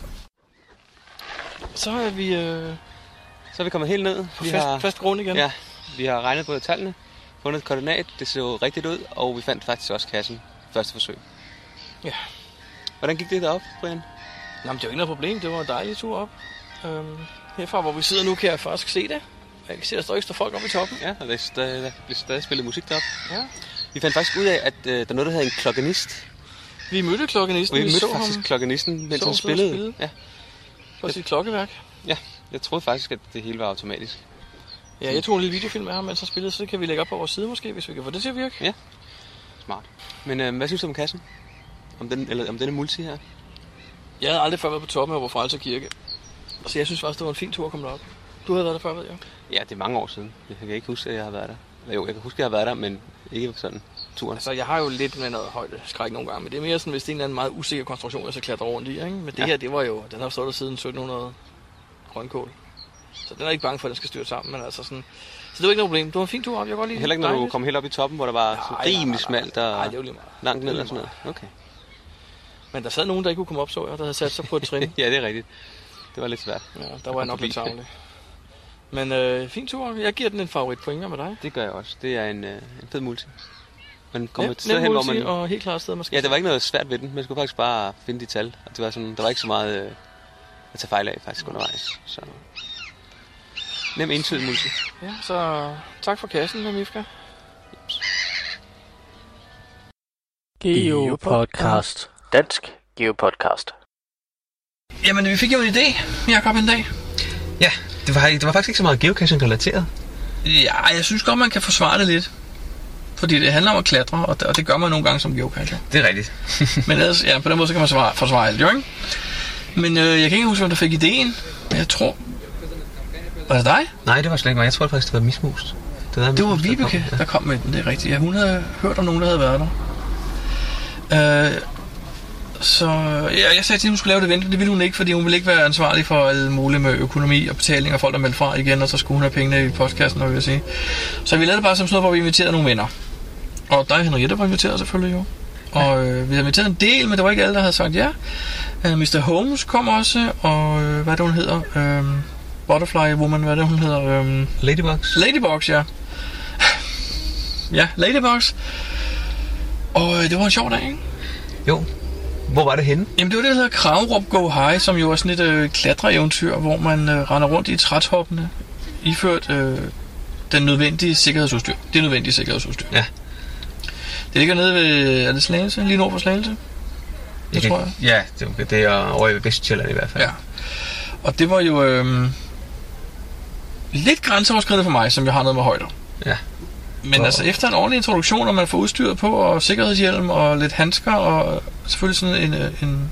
Så er vi... Øh, så er vi kommet helt ned. På vi fast, har, fast grund igen. Ja, vi har regnet på tallene, fundet et koordinat, det så rigtigt ud, og vi fandt faktisk også kassen første forsøg. Ja. Hvordan gik det derop, Brian? Jamen, det var ikke noget problem, det var en dejlig tur op. Øhm, herfra, hvor vi sidder nu, kan jeg faktisk se det. Jeg kan se, at der stadig står folk oppe i toppen. Ja, og der, der, der bliver stadig spillet musik deroppe. Ja. Vi fandt faktisk ud af, at øh, der er noget, der hedder en klokkenist. Vi mødte klokkenisten. Og vi, vi mødte så faktisk ham. klokkenisten, mens han spillede. spillede. Ja. For sit klokkeværk. Ja, jeg troede faktisk, at det hele var automatisk. Ja, jeg tog en lille videofilm af ham, mens han spillede, så det kan vi lægge op på vores side måske, hvis vi kan få det til at virke. Ja, smart. Men øh, hvad synes du om kassen? Om, den, eller, om denne multi her? Jeg havde aldrig før været på toppen af Vor Frelser Kirke. Så jeg synes faktisk, det var en fin tur at komme derop. Du havde været der før, ved jeg. Ja, det er mange år siden. Jeg kan ikke huske, at jeg har været der. Eller jo, jeg kan huske, at jeg har været der, men ikke sådan turen. Altså, jeg har jo lidt med noget højde skræk nogle gange, men det er mere sådan, hvis det er en eller anden meget usikker konstruktion, jeg så klatrer rundt i, ikke? Men det ja. Her, det var jo, den har stået der siden sytten hundrede grønkål. Så den er ikke bange for, at den skal styre sammen, men altså sådan... Så det var ikke noget problem. Det var en fin tur op, jeg kan godt lide. Heller ikke, når dejligt. Du kom helt op i toppen, hvor der var ja, rimelig smalt og nej, det var lige meget. Langt ned og sådan noget. Okay. Men der sad nogen, der ikke kunne komme op, så jeg, der havde sat sig på et trin. Ja, det er rigtigt. Det var lidt svært. Ja, der var jeg nok lidt savlig. Men øh, fin tur. Jeg giver den en favorit point med dig. Det gør jeg også. Det er en, øh, en fed multi. Man kommer ja, et sted hen, hvor man... og helt klart sted, man skal... Ja, der var ikke noget svært ved den. Man skulle faktisk bare finde de tal. Og det var sådan, der var ikke så meget øh, at tage fejl af faktisk undervejs. Så... Nem entydig multi. Ja, så tak for kassen med Mifka. GeoPodcast. Dansk GeoPodcast. Jamen, vi fik jo en idé, Jacob, en dag. Ja, det var, det var faktisk ikke så meget geocaching relateret. Ja, jeg synes godt, man kan forsvare det lidt. Fordi det handler om at klatre, og det, og det gør man nogle gange som geocacher. Det er rigtigt. Men ellers, ja, på den måde, så kan man forsvare, forsvare alt, jo, ikke? Men øh, jeg kan ikke huske, hvem der fik ideen. Men jeg tror... Var det dig? Nej, det var slet ikke mig. Jeg tror faktisk, det var Mismus. Det var, det var Vibeke, der kom, der kom med den, det er rigtigt. Ja, hun havde hørt om nogen, der havde været der. Øh, så ja, jeg sagde til hende, hun skulle lave det event, men det ville hun ikke, fordi hun ville ikke være ansvarlig for alle mulige med økonomi og betaling og folk, der meldte fra igen, og så skulle hun have pengene i postkassen, og vil jeg sige. Så vi lavede det bare som sådan noget, hvor vi inviterede nogle venner. Og dig og Henriette var inviteret selvfølgelig jo. Og øh, vi havde inviteret en del, men det var ikke alle, der havde sagt ja. Uh, mister Holmes kom også, og øh, hvad er det, hun hedder? Øh, Butterfly Woman, hvad er det, hun hedder? Øh, Ladybox. Ladybox, ja. Ja, Ladybox. Og øh, det var en sjov dag, ikke? Jo. Hvor var det henne? Jamen det var det, der hedder Kravrup Go High, som jo er sådan et øh, klatreeventyr, hvor man øh, render rundt i trætoppene, iført øh, den nødvendige sikkerhedsudstyr. Det er nødvendige sikkerhedsudstyr. Ja. Det ligger nede ved, er det Slagelse? Lige nord for Slagelse? Det jeg tror kan, jeg. Ja, det, det er over i Vestjylland i hvert fald. Ja. Og det var jo øh, lidt grænseoverskridende for mig, som jeg har noget med højder. Ja. Men og... altså efter en ordentlig introduktion, og man får udstyret på, og sikkerhedshjelm, og lidt handsker, og selvfølgelig sådan en, en,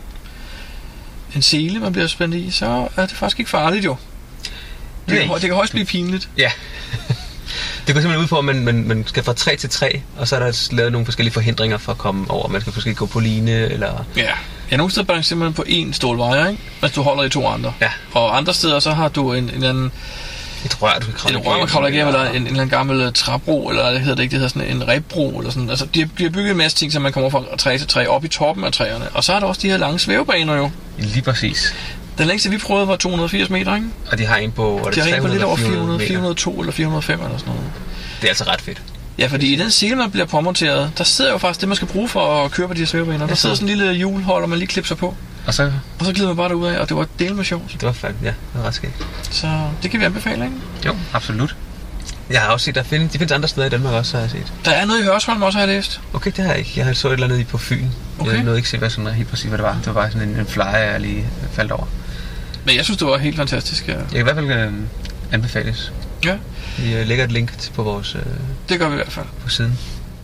en sele, man bliver spændt i, så er det faktisk ikke farligt jo. Det, kan, det kan højst blive pinligt. Ja. Det går simpelthen ud på, at man, man, man skal fra tre til tre, og så er der lavet nogle forskellige forhindringer for at komme over. Man skal måske gå på line, eller... Ja, ja, nogle steder balancerer man på én stålvejer, ikke? Mens du holder i to andre. Ja. Og andre steder, så har du en, en eller anden... Et rør, du kan kravle igennem. Et rør, man kravler igennem, eller en, en eller anden gammel træbro, eller det hedder det ikke, det hedder sådan en rebbro, eller sådan. Altså, de har, de har bygget en masse ting, så man kommer fra træ til træ, op i toppen af træerne. Og så er der også de her lange svævebaner jo. Lige præcis. Den længste, vi prøvede, var to hundrede og firs meter, ikke? Og de har en på, var det de har en på lidt over fire hundrede, fire hundrede og to eller fire hundrede og fem eller sådan noget. Det er altså ret fedt. Ja, fordi i den sele, man bliver påmonteret, der sidder jo faktisk det, man skal bruge for at køre på de her svævebaner. Der sidder sådan en lille hjulholder, man lige klipser på. Og så, og så glider man bare derud af, og det var del med sjovt. Det var fandme, ja, det var ret skægt. Så det kan vi anbefale, ikke? Jo, absolut. Jeg har også set, der findes, de findes andre steder i Danmark også, har jeg set. Der er noget i Hørsholm også, har jeg læst. Okay, det har jeg ikke. Jeg har så et eller andet i på Fyn. Okay. Jeg nåede ikke se, hvad sådan helt præcis, hvad det var. Det var bare sådan en, en flyer, jeg lige faldt over. Men jeg synes, det var helt fantastisk. Ja. Jeg kan i hvert fald øh, anbefales. Ja. Vi øh, lægger et link til på vores... Øh, det gør vi i hvert fald. På siden.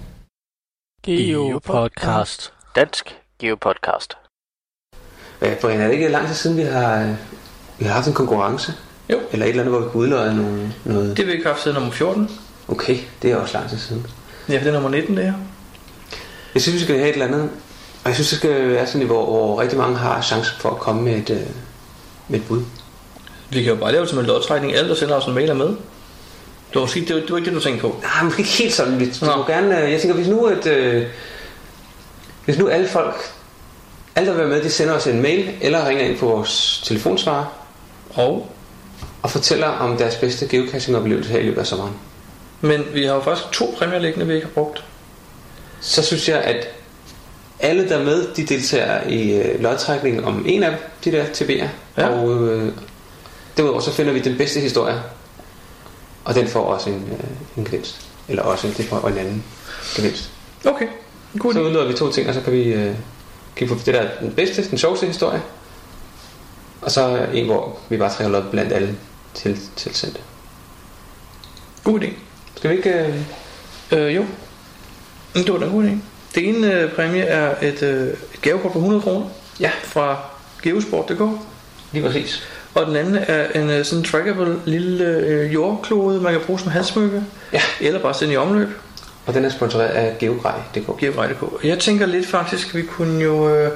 GeoPodcast. Dansk GeoPodcast. Ja, Brian, er det ikke lang tid siden, vi har, vi har haft en konkurrence? Jo. Eller et eller andet, hvor vi kunne udløje noget, noget... Det har vi ikke haft siden nummer fjorten. Okay, det er også lang tid siden. Ja, det er nummer nitten, det her. Jeg synes, vi skal have et eller andet... Og jeg synes, det skal være sådan et, hvor, hvor rigtig mange har chancen for at komme med et, øh, med et bud. Vi kan jo bare lave det som en lodtrækning. Alle, der sender os en mail er med. Du har sige, det, var, det var ikke det, du tænkte på. Nej, men ikke helt sådan. Vi må gerne... Jeg tænker, hvis nu, at, øh, hvis nu alle folk... Alle, der vil være med, de sender os en mail, eller ringer ind på vores telefonsvarer. Og? Og fortæller om deres bedste geocaching-oplevelse her i løbet af sommeren. Men vi har jo faktisk to præmier liggende, vi ikke har brugt. Så synes jeg, at alle, der er med, de deltager i øh, lodtrækningen om en af de der T B'er. Ja. Og øh, derudover så finder vi den bedste historie. Og den får også en, øh, en gevinst. Eller også en, det får en anden gevinst. Okay, god. Så udløber vi to ting, og så kan vi øh, kigge på det der den bedste, den sjoveste historie. Og så en, hvor vi bare trækker lod blandt alle til, tilsendte. God idé. Skal vi ikke... Øh... Øh, jo. Det var da en god idé. Det ene øh, præmie er et, øh, et gavekort på hundrede kroner. Ja. Fra geosport punktum d k. Lige præcis. Og den anden er en øh, sådan trackable lille øh, jordklode, man kan bruge som halssmykke. Ja. Eller bare sende i omløb. Og den er sponsoreret af Geogrej punktum d k. Geogrej punktum d k. Jeg tænker lidt faktisk, vi kunne jo... Øh,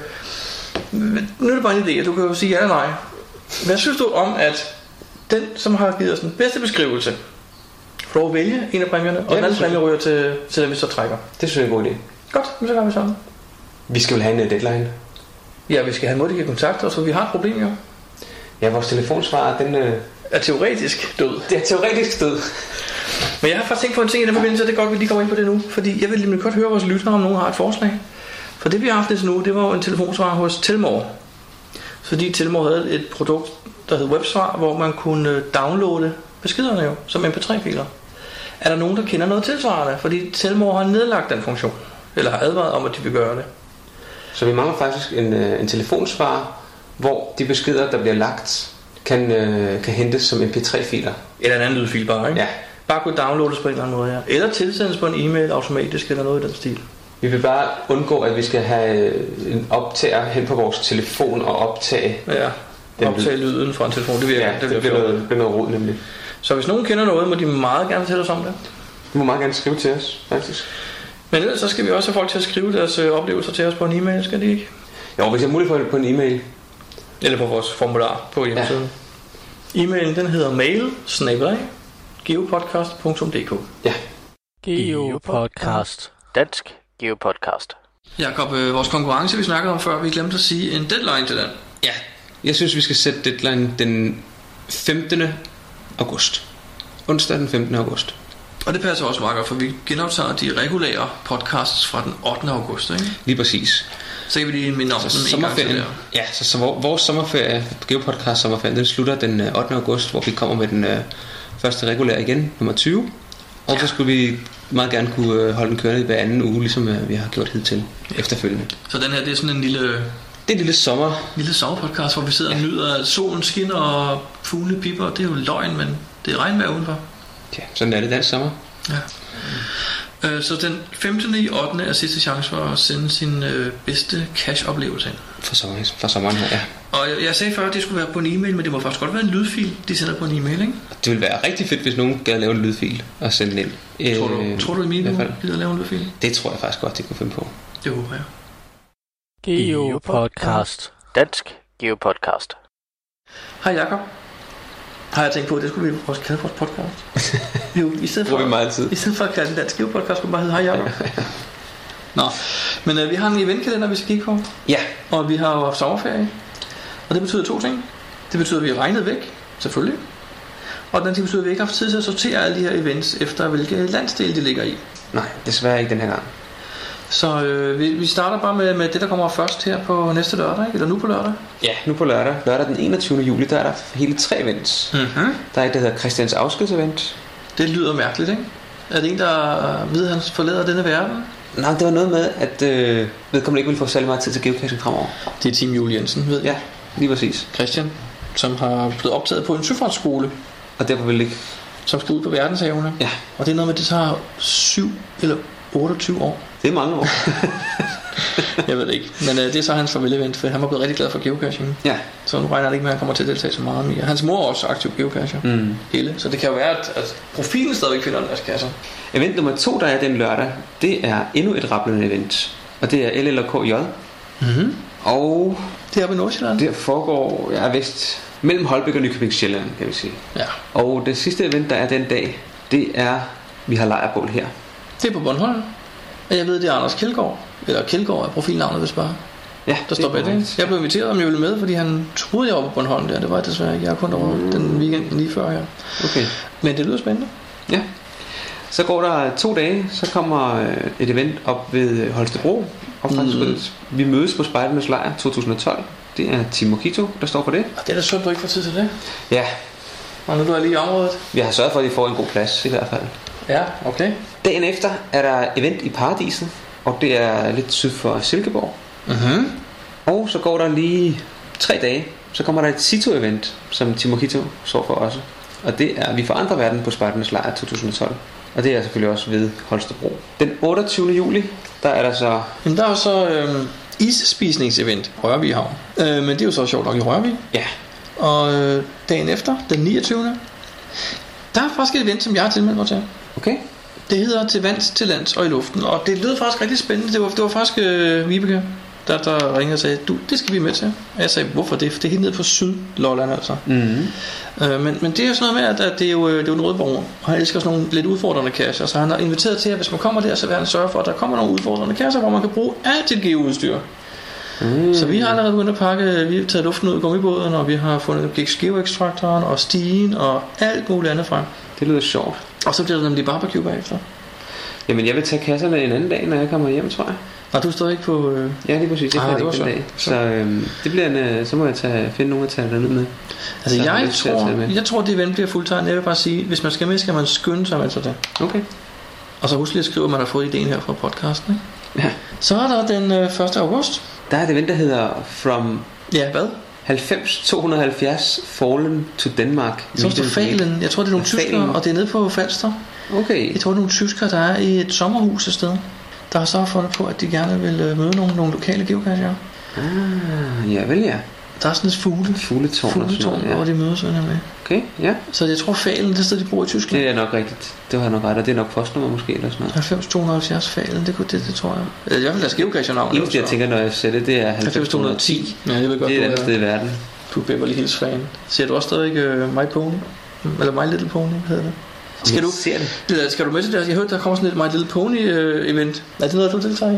nu er det bare en idé, du kan jo sige ja eller nej. Hvad synes du om, at den, som har givet os den bedste beskrivelse, får lov at vælge en af præmierne, og ja, den anden præmie ryger til, til dem, vi så trækker? Det synes jeg er en god idé. Godt, så gør vi sådan. Vi skal vel have en deadline? Ja, vi skal have en måde, de kan kontakte os, for vi har et problem jo. Ja, vores telefonsvarer, den øh... er teoretisk død. Det er teoretisk død. Men jeg har faktisk tænkt på en ting i den forbindelse, det er godt, at vi lige kommer ind på det nu, fordi jeg vil lige godt høre vores lyttere, om nogen har et forslag. For det vi har haft indtil nu, det var jo en telefonsvarer hos Telmore. Fordi Telmore havde et produkt, der hed Websvar, hvor man kunne downloade beskederne jo, som M P tre filer. Er der nogen, der kender noget tilsvarende? Fordi Telmore har nedlagt den funktion, eller har advaret om, at de vil gøre det. Så vi mangler faktisk en, en telefonsvarer, hvor de beskeder, der bliver lagt kan, øh, kan hentes som M P tre filer. Eller en anden lydfil bare, ikke? Ja. Bare kunne downloades på en eller anden måde, ja. Eller tilsendes på en e-mail automatisk, eller noget i den stil. Vi vil bare undgå, at vi skal have en optager hen på vores telefon og optage... Ja, optage lyd. lyden fra en telefon. Det, virker, ja, det, det bliver noget, bliver noget rod nemlig. Så hvis nogen kender noget, må de meget gerne fortælle os om det. Du må meget gerne skrive til os, faktisk. Men ellers så skal vi også have folk til at skrive deres øh, oplevelser til os på en e-mail, skal de ikke? Jo, hvis jeg er muligt for det på en e-mail. Eller på vores formular på hjemmesiden. Ja. E-mailen den hedder mail snabel-a geopodcast punktum d k. Ja. Geopodcast. Dansk Geopodcast. Jakob, øh, vores konkurrence vi snakkede om før, vi glemte at sige en deadline til den. Ja, jeg synes vi skal sætte deadline den femtende august. Onsdag den femtende august. Og det passer også meget godt, for vi genoptager de regulære podcasts fra den ottende august, ikke? Lige præcis. Så kan vi lige minde om den en gang til der. Ja, så, så vores sommerferie, Geopodcast sommerferie, den slutter den ottende august, hvor vi kommer med den øh, første regulære igen, nummer tyve. Og ja. Så skulle vi meget gerne kunne holde den kørende i hver anden uge, ligesom øh, vi har gjort hidtil efterfølgende. Så den her, det er sådan en lille... Det er en lille sommer. Lille sommerpodcast, hvor vi sidder ja. og nyder, at solen skinner og fugle pipper. Det er jo løgn, men det er regnvejr udenfor. Ja, sådan er det dansk sommer. Ja. Øh, så den femtende i ottende er sidste chance for at sende sin øh, bedste cash-oplevelse ind. For, sommer, for sommeren her, ja. Og jeg, jeg sagde før, at det skulle være på en e-mail, men det må faktisk godt være en lydfil, de sender på en e-mail, ikke? Det ville være rigtig fedt, hvis nogen gad lave en lydfil og sende den ind. Tror du, øh, tror du Emilio gider lave en lydfil? Det tror jeg faktisk godt, de kunne finde på. Det håber jeg. Geopodcast. Dansk Geopodcast. Hej Jakob. Har jeg tænkt på, at det skulle vi også kalde vores podcast. Jo, i stedet for, vi meget tid. I stedet for at kalde den dansk Geopodcast, skulle bare hedde Hej Jakob. Nå, men øh, vi har en eventkalender, vi skal kigge på. Ja. Og vi har jo haft sommerferie. Og det betyder to ting. Det betyder, at vi har regnet væk, selvfølgelig. Og den ting betyder, at vi ikke har haft tid til at sortere alle de her events, efter hvilke landsdele de ligger i. Nej, desværre ikke den her gang. Så øh, vi, vi starter bare med, med det, der kommer først her på næste lørdag, ikke? Eller nu på lørdag? Ja, nu på lørdag. Lørdag den enogtyvende juli, der er der hele tre events. Mm-hmm. Der er et, der hedder Christians afskedsevent. Det lyder mærkeligt, ikke? Er det en, der ved, at han forlader denne verden? Nej, det var noget med, at øh, vedkommende ikke ville få særlig meget tid til geocaching fremover. Det er Team Julie Jensen, ved jeg. Ja, lige præcis. Christian, som har blevet optaget på en søfartsskole. Og derfor vil ikke... Som skal ud på verdenshavene. Ja. Og det er noget med, at det tager syv eller otteogtyve år. Det er mange år. Jeg ved det ikke. Men øh, det er så hans farvel-event, for han var blevet rigtig glad for geocaching. Ja. Så nu regner det ikke med, at han kommer til at deltage så meget mere. Hans mor er også aktiv geocacher. Mm. Hele. Så det kan jo være, at, at profilen stadigvæk finder deres kasser. Event nummer to, der er den lørdag, det er endnu et rablende event. Og det er L L K J. Mm-hmm. Og det er oppe i Nordsjælland. Det foregår, ja vist, mellem Holbæk og Nykøbing Sjælland, kan vi sige. Ja. Og det sidste event, der er den dag, det er, vi har lejrbål her. Det er på Bornholm. Og jeg ved, det er Anders Kjeldgaard. Eller Kjeldgaard er profilnavnet, hvis bare. Ja, der står bag det. Jeg blev inviteret, om jeg ville med, fordi han troede, jeg var på Bornholm der. Det var desværre ikke. Jeg er kun over mm. den weekend lige før her. Okay. Men det lyder spændende. Ja. Så går der to dage, så kommer et event op ved Holstebro. Og faktisk, mm. vi mødes på Spejdernes Lejr to tusind og tolv. Det er Team Mojito, der står for det. Og det er da synd, du ikke får tid til det. Ja. Og nu du er lige i området. Vi har sørget for, at de får en god plads i hvert fald. Ja, okay. Dagen efter er der event i Paradiset, og det er lidt syd for Silkeborg. Mm-hmm. Og så går der lige tre dage, så kommer der et Cito-event, som Team Mojito står for også. Og det er, vi forandrer verden på Spejdernes Lejr to tusind og tolv. Og det er selvfølgelig også ved Holstebro. Den otteogtyvende juli, der er der så... Men der er så øh, isspisningsevent Rørvig Havn. Øh, men det er jo så sjovt nok i Rørvig. Ja. Og øh, dagen efter, den niogtyvende der er faktisk et event, som jeg har tilmeldt mig til. Okay. Det hedder Til vands, til lands og i luften. Og det lød faktisk rigtig spændende. Det var, det var faktisk øh, Vibeke, der, der ringede og sagde, du, det skal vi med til. Og jeg sagde, hvorfor det? For det er helt nede på Sydlolland altså. Mm-hmm. øh, men, men det er jo sådan noget med, at, at det er jo, det er jo en rødborg. Og han elsker sådan nogle lidt udfordrende kasser. Så han har inviteret til, at hvis man kommer der, så vil han sørge for, at der kommer nogle udfordrende kasser, hvor man kan bruge alt sit geoudstyr. Mm. Så vi har allerede begyndt at pakke. Vi har taget luften ud af gummibåden, og vi har fundet geoekstraktoren og stigen og alt muligt andet frem. Det lyder sjovt. Og så bliver der nemlig barbecue bagefter. Jamen jeg vil tage kasserne en anden dag, når jeg kommer hjem, tror jeg. Nej, du står ikke på... Øh... Ja, lige præcis. Jeg ah, ikke den dag. Så øhm, det bliver en, så må jeg tage, finde nogen at tage derned med. Altså jeg tror, jeg tror det event bliver fuldtegnet. Jeg vil bare sige, hvis man skal med, skal man skynde sig med til det. Okay. Og så husk lige at skrive, at man har fået ideen her fra podcasten, ikke? Ja. Så er der den øh, første august. Der er et event, der hedder From... Ja, hvad? halvfems to hundrede og halvfjerds Fallen to Denmark. Så står Falen. Jeg tror det er nogle Falen. tyskere, og det er nede på Falster. Okay. Jeg tror det er nogle tyskere, der er i et sommerhus et sted, der har så fundet på, at de gerne vil øh, møde nogle, nogle lokale geocacher. Ah, ja vel ja. Der er sådan et fugle, Fugletårn, fugletårn ja. hvor de mødes med. Okay, ja. Så jeg tror Falen, det sted de bor i Tyskland. Det er nok rigtigt. Det har jeg nok ret, og det er nok postnummer måske eller sådan noget. halvfems to hundrede og halvfjerds Falen, det, kunne, det, det tror jeg. Eller i hvert fald deres geocacher-navn. Eneste jeg tænker, når jeg ser det, det er halvfems to hundrede og ti. Ja, jeg ved godt, det er et du andet sted i verden. Du er Beverly Hills fan. Ser du også stadig uh, My Pony? Eller My Little Pony hedder det. Skal du, ser det? Eller skal du med til det? Jeg hørte, der kommer sådan et My Little Pony uh, event. Er det noget, du deltager i?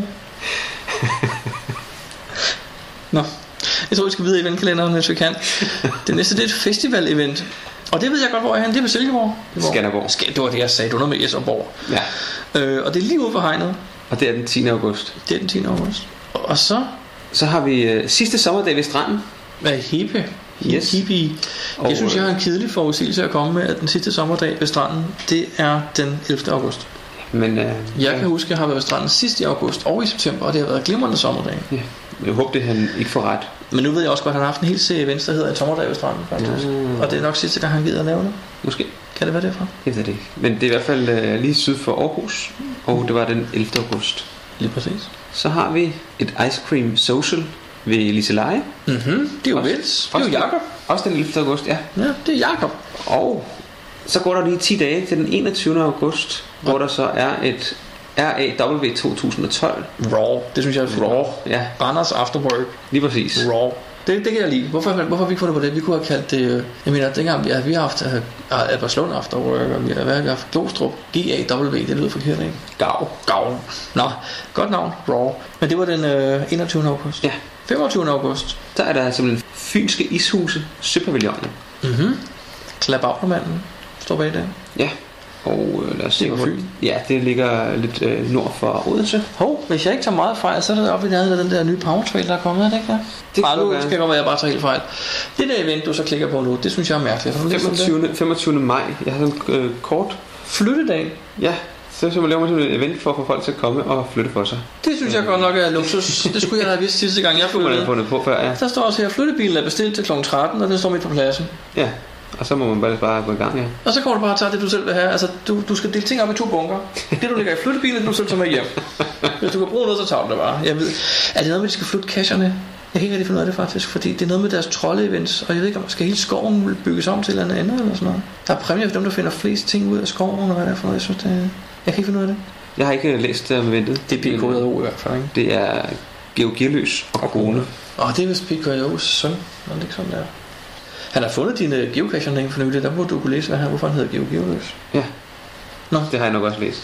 Nå, jeg tror, vi skal videre i eventkalenderen, hvis vi kan. Det næste, det er et festival-event. Og det ved jeg godt, hvor jeg er henne. Det er ved Silkeborg. Skanderborg. Skal, det var det, jeg sagde. Du er med Esserborg. Ja. Øh, og det er lige ude for hegnet. Og det er den tiende august. Det er den tiende august. Og så... Så har vi øh, sidste sommerdag ved stranden. Hvad er hippe? Yes. Hippie. Og, jeg synes, jeg har en kedelig forudsigelse at komme med, at den sidste sommerdag ved stranden, det er den ellevte august. Men, øh, jeg kan huske, at jeg har været ved stranden sidst i august og i september, og det har været glimrende sommerdag. Ja. Jeg håber, det han ikke får ret. Men nu ved jeg også godt, at han har haft en hel serie events, der hedder en sommerdag ved stranden, faktisk. Ja. Og det er nok sidste gang, han gider at lave det. Måske. Kan det være derfra? Jeg ved det ikke. Men det er i hvert fald øh, lige syd for Aarhus, og det var den ellevte august. Lige præcis. Så har vi et Ice Cream Social ved Liseleje. Mhm. Det er jo Vils. Det er jo Jakob. Også den ellevte august, ja. Ja, det er Jakob. Og så går der lige ti dage til den enogtyvende august, ja. Hvor der så er et R A W to tusind og tolv. Raw. Det synes jeg er fedt. Raw, ja. Randers Afterwork. Lige præcis. Raw. Det, det kan jeg lide. Hvorfor, hvorfor har vi ikke fundet på det? Vi kunne have kaldt det... Jeg mener, dengang vi har, vi har haft uh, Albertslund Afterwork, og vi har, hvad har vi haft? Glostrup. G A W. Det lyder forkert, ikke? Gav. Gav. Nå, godt navn. Raw. Men det var den uh, enogtyvende august. Ja. femogtyvende august. Der er der simpelthen Fynske Ishuse Søpavillonen. Mhm. Klabautermanden står bag det. Ja. Og øh, lad os se, hvor hvor... Ja, det ligger lidt øh, nord for Odense. Hov, hvis jeg ikke tager meget fejl, så er det oppe i nærheden af den der nye powertrail, der er kommet, er det ikke der? Det Bare nu skal jeg godt være, jeg bare tager helt fejl. Det der event, du så klikker på nu, det synes jeg er mærkeligt. femogtyvende, femogtyvende maj. Jeg har sådan en øh, kort flyttedag. Ja, så så man laver sådan et event for at få folk til at komme og flytte for sig. Det synes jeg godt nok er luksus. Det skulle jeg have vidst sidste gang, jeg flyttede. Det fundet på før, ja. Der står også her, flyttebilen er bestilt til klokken tretten, og den står midt på pladsen. Ja. Og så må man bare, bare gå i gang, ja. Og så kommer du bare og tager det, du selv vil have. Altså, du, du skal dele ting op i to bunker. Det, du ligger i flyttebilen, det du selv tager med hjem. Hvis du kan bruge noget, så tager du det bare. Jeg ved, er det noget med, de skal flytte casherne? Jeg kan ikke rigtig finde ud af det faktisk, fordi det er noget med deres trolde-events. Og jeg ved ikke, om skal hele skoven bygges om til et eller andet eller sådan noget. Der er præmier for dem, der finder flest ting ud af skoven, og hvad det er for noget. Jeg synes, det er... Jeg kan ikke finde ud af det. Jeg har ikke læst det om eventet. Det er P K J O i hvert fald, ikke? Det er Georg Girløs og kone. Åh, det er vist P K J O's søn. Nå, det er ikke sådan der. Han har fundet dine geocacher for nylig. Der må du kunne læse, hvad han, hvorfor han hedder Georg Girløs. Ja. Nå. Det har jeg nok også læst.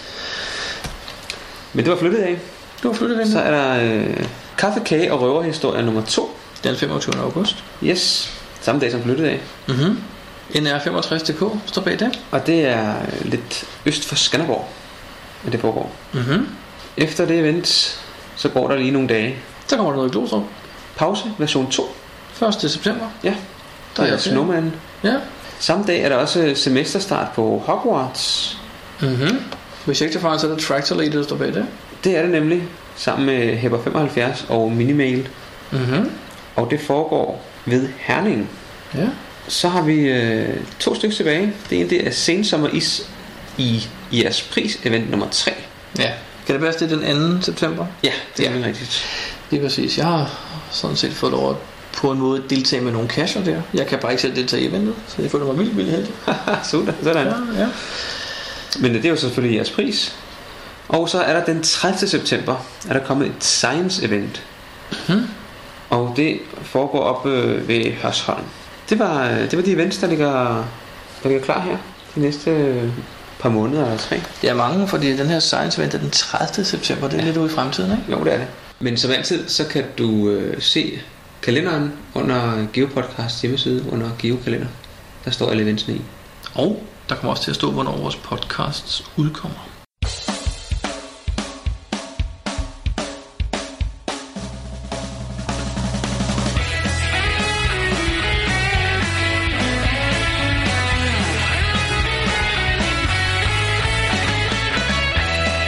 Men det var flyttet af. Det var flyttet af. Så er der øh, kaffe, kage og røverhistorie nummer to. Den femogtyvende august. Yes. Samme dag som flyttet af. Mhm. N R femogtres punktum d k står bag det. Og det er lidt øst for Skanderborg, at det foregår. Mhm. Efter det event, så går der lige nogle dage. Så kommer der noget i Glostrup. Pause, version to. første september. Ja. Der er Snowman. Ja. Samme dag er der også semesterstart på Hogwarts. Mhm. Hvis jeg ikke tager fejl, så er det Tractor der står bag det. Det er det nemlig. Sammen med Hepper femoghalvfjerds og Minimail. Mhm. Og det foregår ved Herning. Ja. Så har vi øh, to stykker tilbage. Det ene, det er Sensommer Is i jeres pris event nummer tre. Ja. Kan det være, det er den anden september? Ja, det er ja. rigtigt. Det er præcis. Jeg har sådan set fået lov at på en måde deltage med nogle casher der. Jeg kan bare ikke selv deltage i eventet, så jeg føler mig vildt, vildt heldig. Super, sådan. Ja, ja. Men det er jo selvfølgelig jeres pris. Og så er der den tredivte september, er der kommet et science event. Hmm. Og det foregår op øh, ved Hørsholm. Det var, det var de events, der ligger, der ligger klar her de næste øh, par måneder eller tre. Det er mange, fordi den her science event er den tredivte september. Det er ja. lidt ude i fremtiden, ikke? Jo, det er det. Men som altid, så kan du øh, se kalenderen under GeoPodcast hjemmeside, under GeoKalender. Der står alle eventsene i. Og der kommer også til at stå, hvornår vores podcasts udkommer.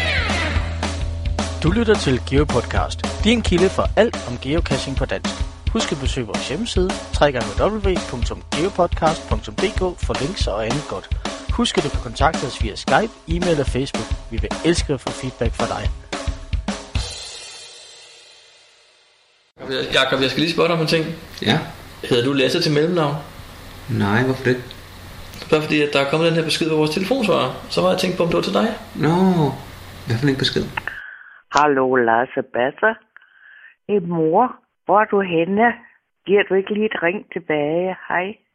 Du lytter til GeoPodcast, din kilde for alt om geocaching på dansk. Husk at besøge vores hjemmeside, w w w punktum geopodcast punktum d k for links og andet godt. Husk at du kan kontakte os via Skype, e-mail og Facebook. Vi vil elske at få feedback fra dig. Jakob, jeg skal lige spørge dig om en ting. Ja? Hedder du Lasse til mellemnavn? Nej, hvorfor det? Bare fordi, at der er kommet den her besked på vores telefonsvarer. Så var jeg tænkt på, om det var til dig. Nå, hvad for en besked? Hallo, Lasse Basse. Det er mor. Hvor er du henne? Giver du ikke lige et ring tilbage? Hej.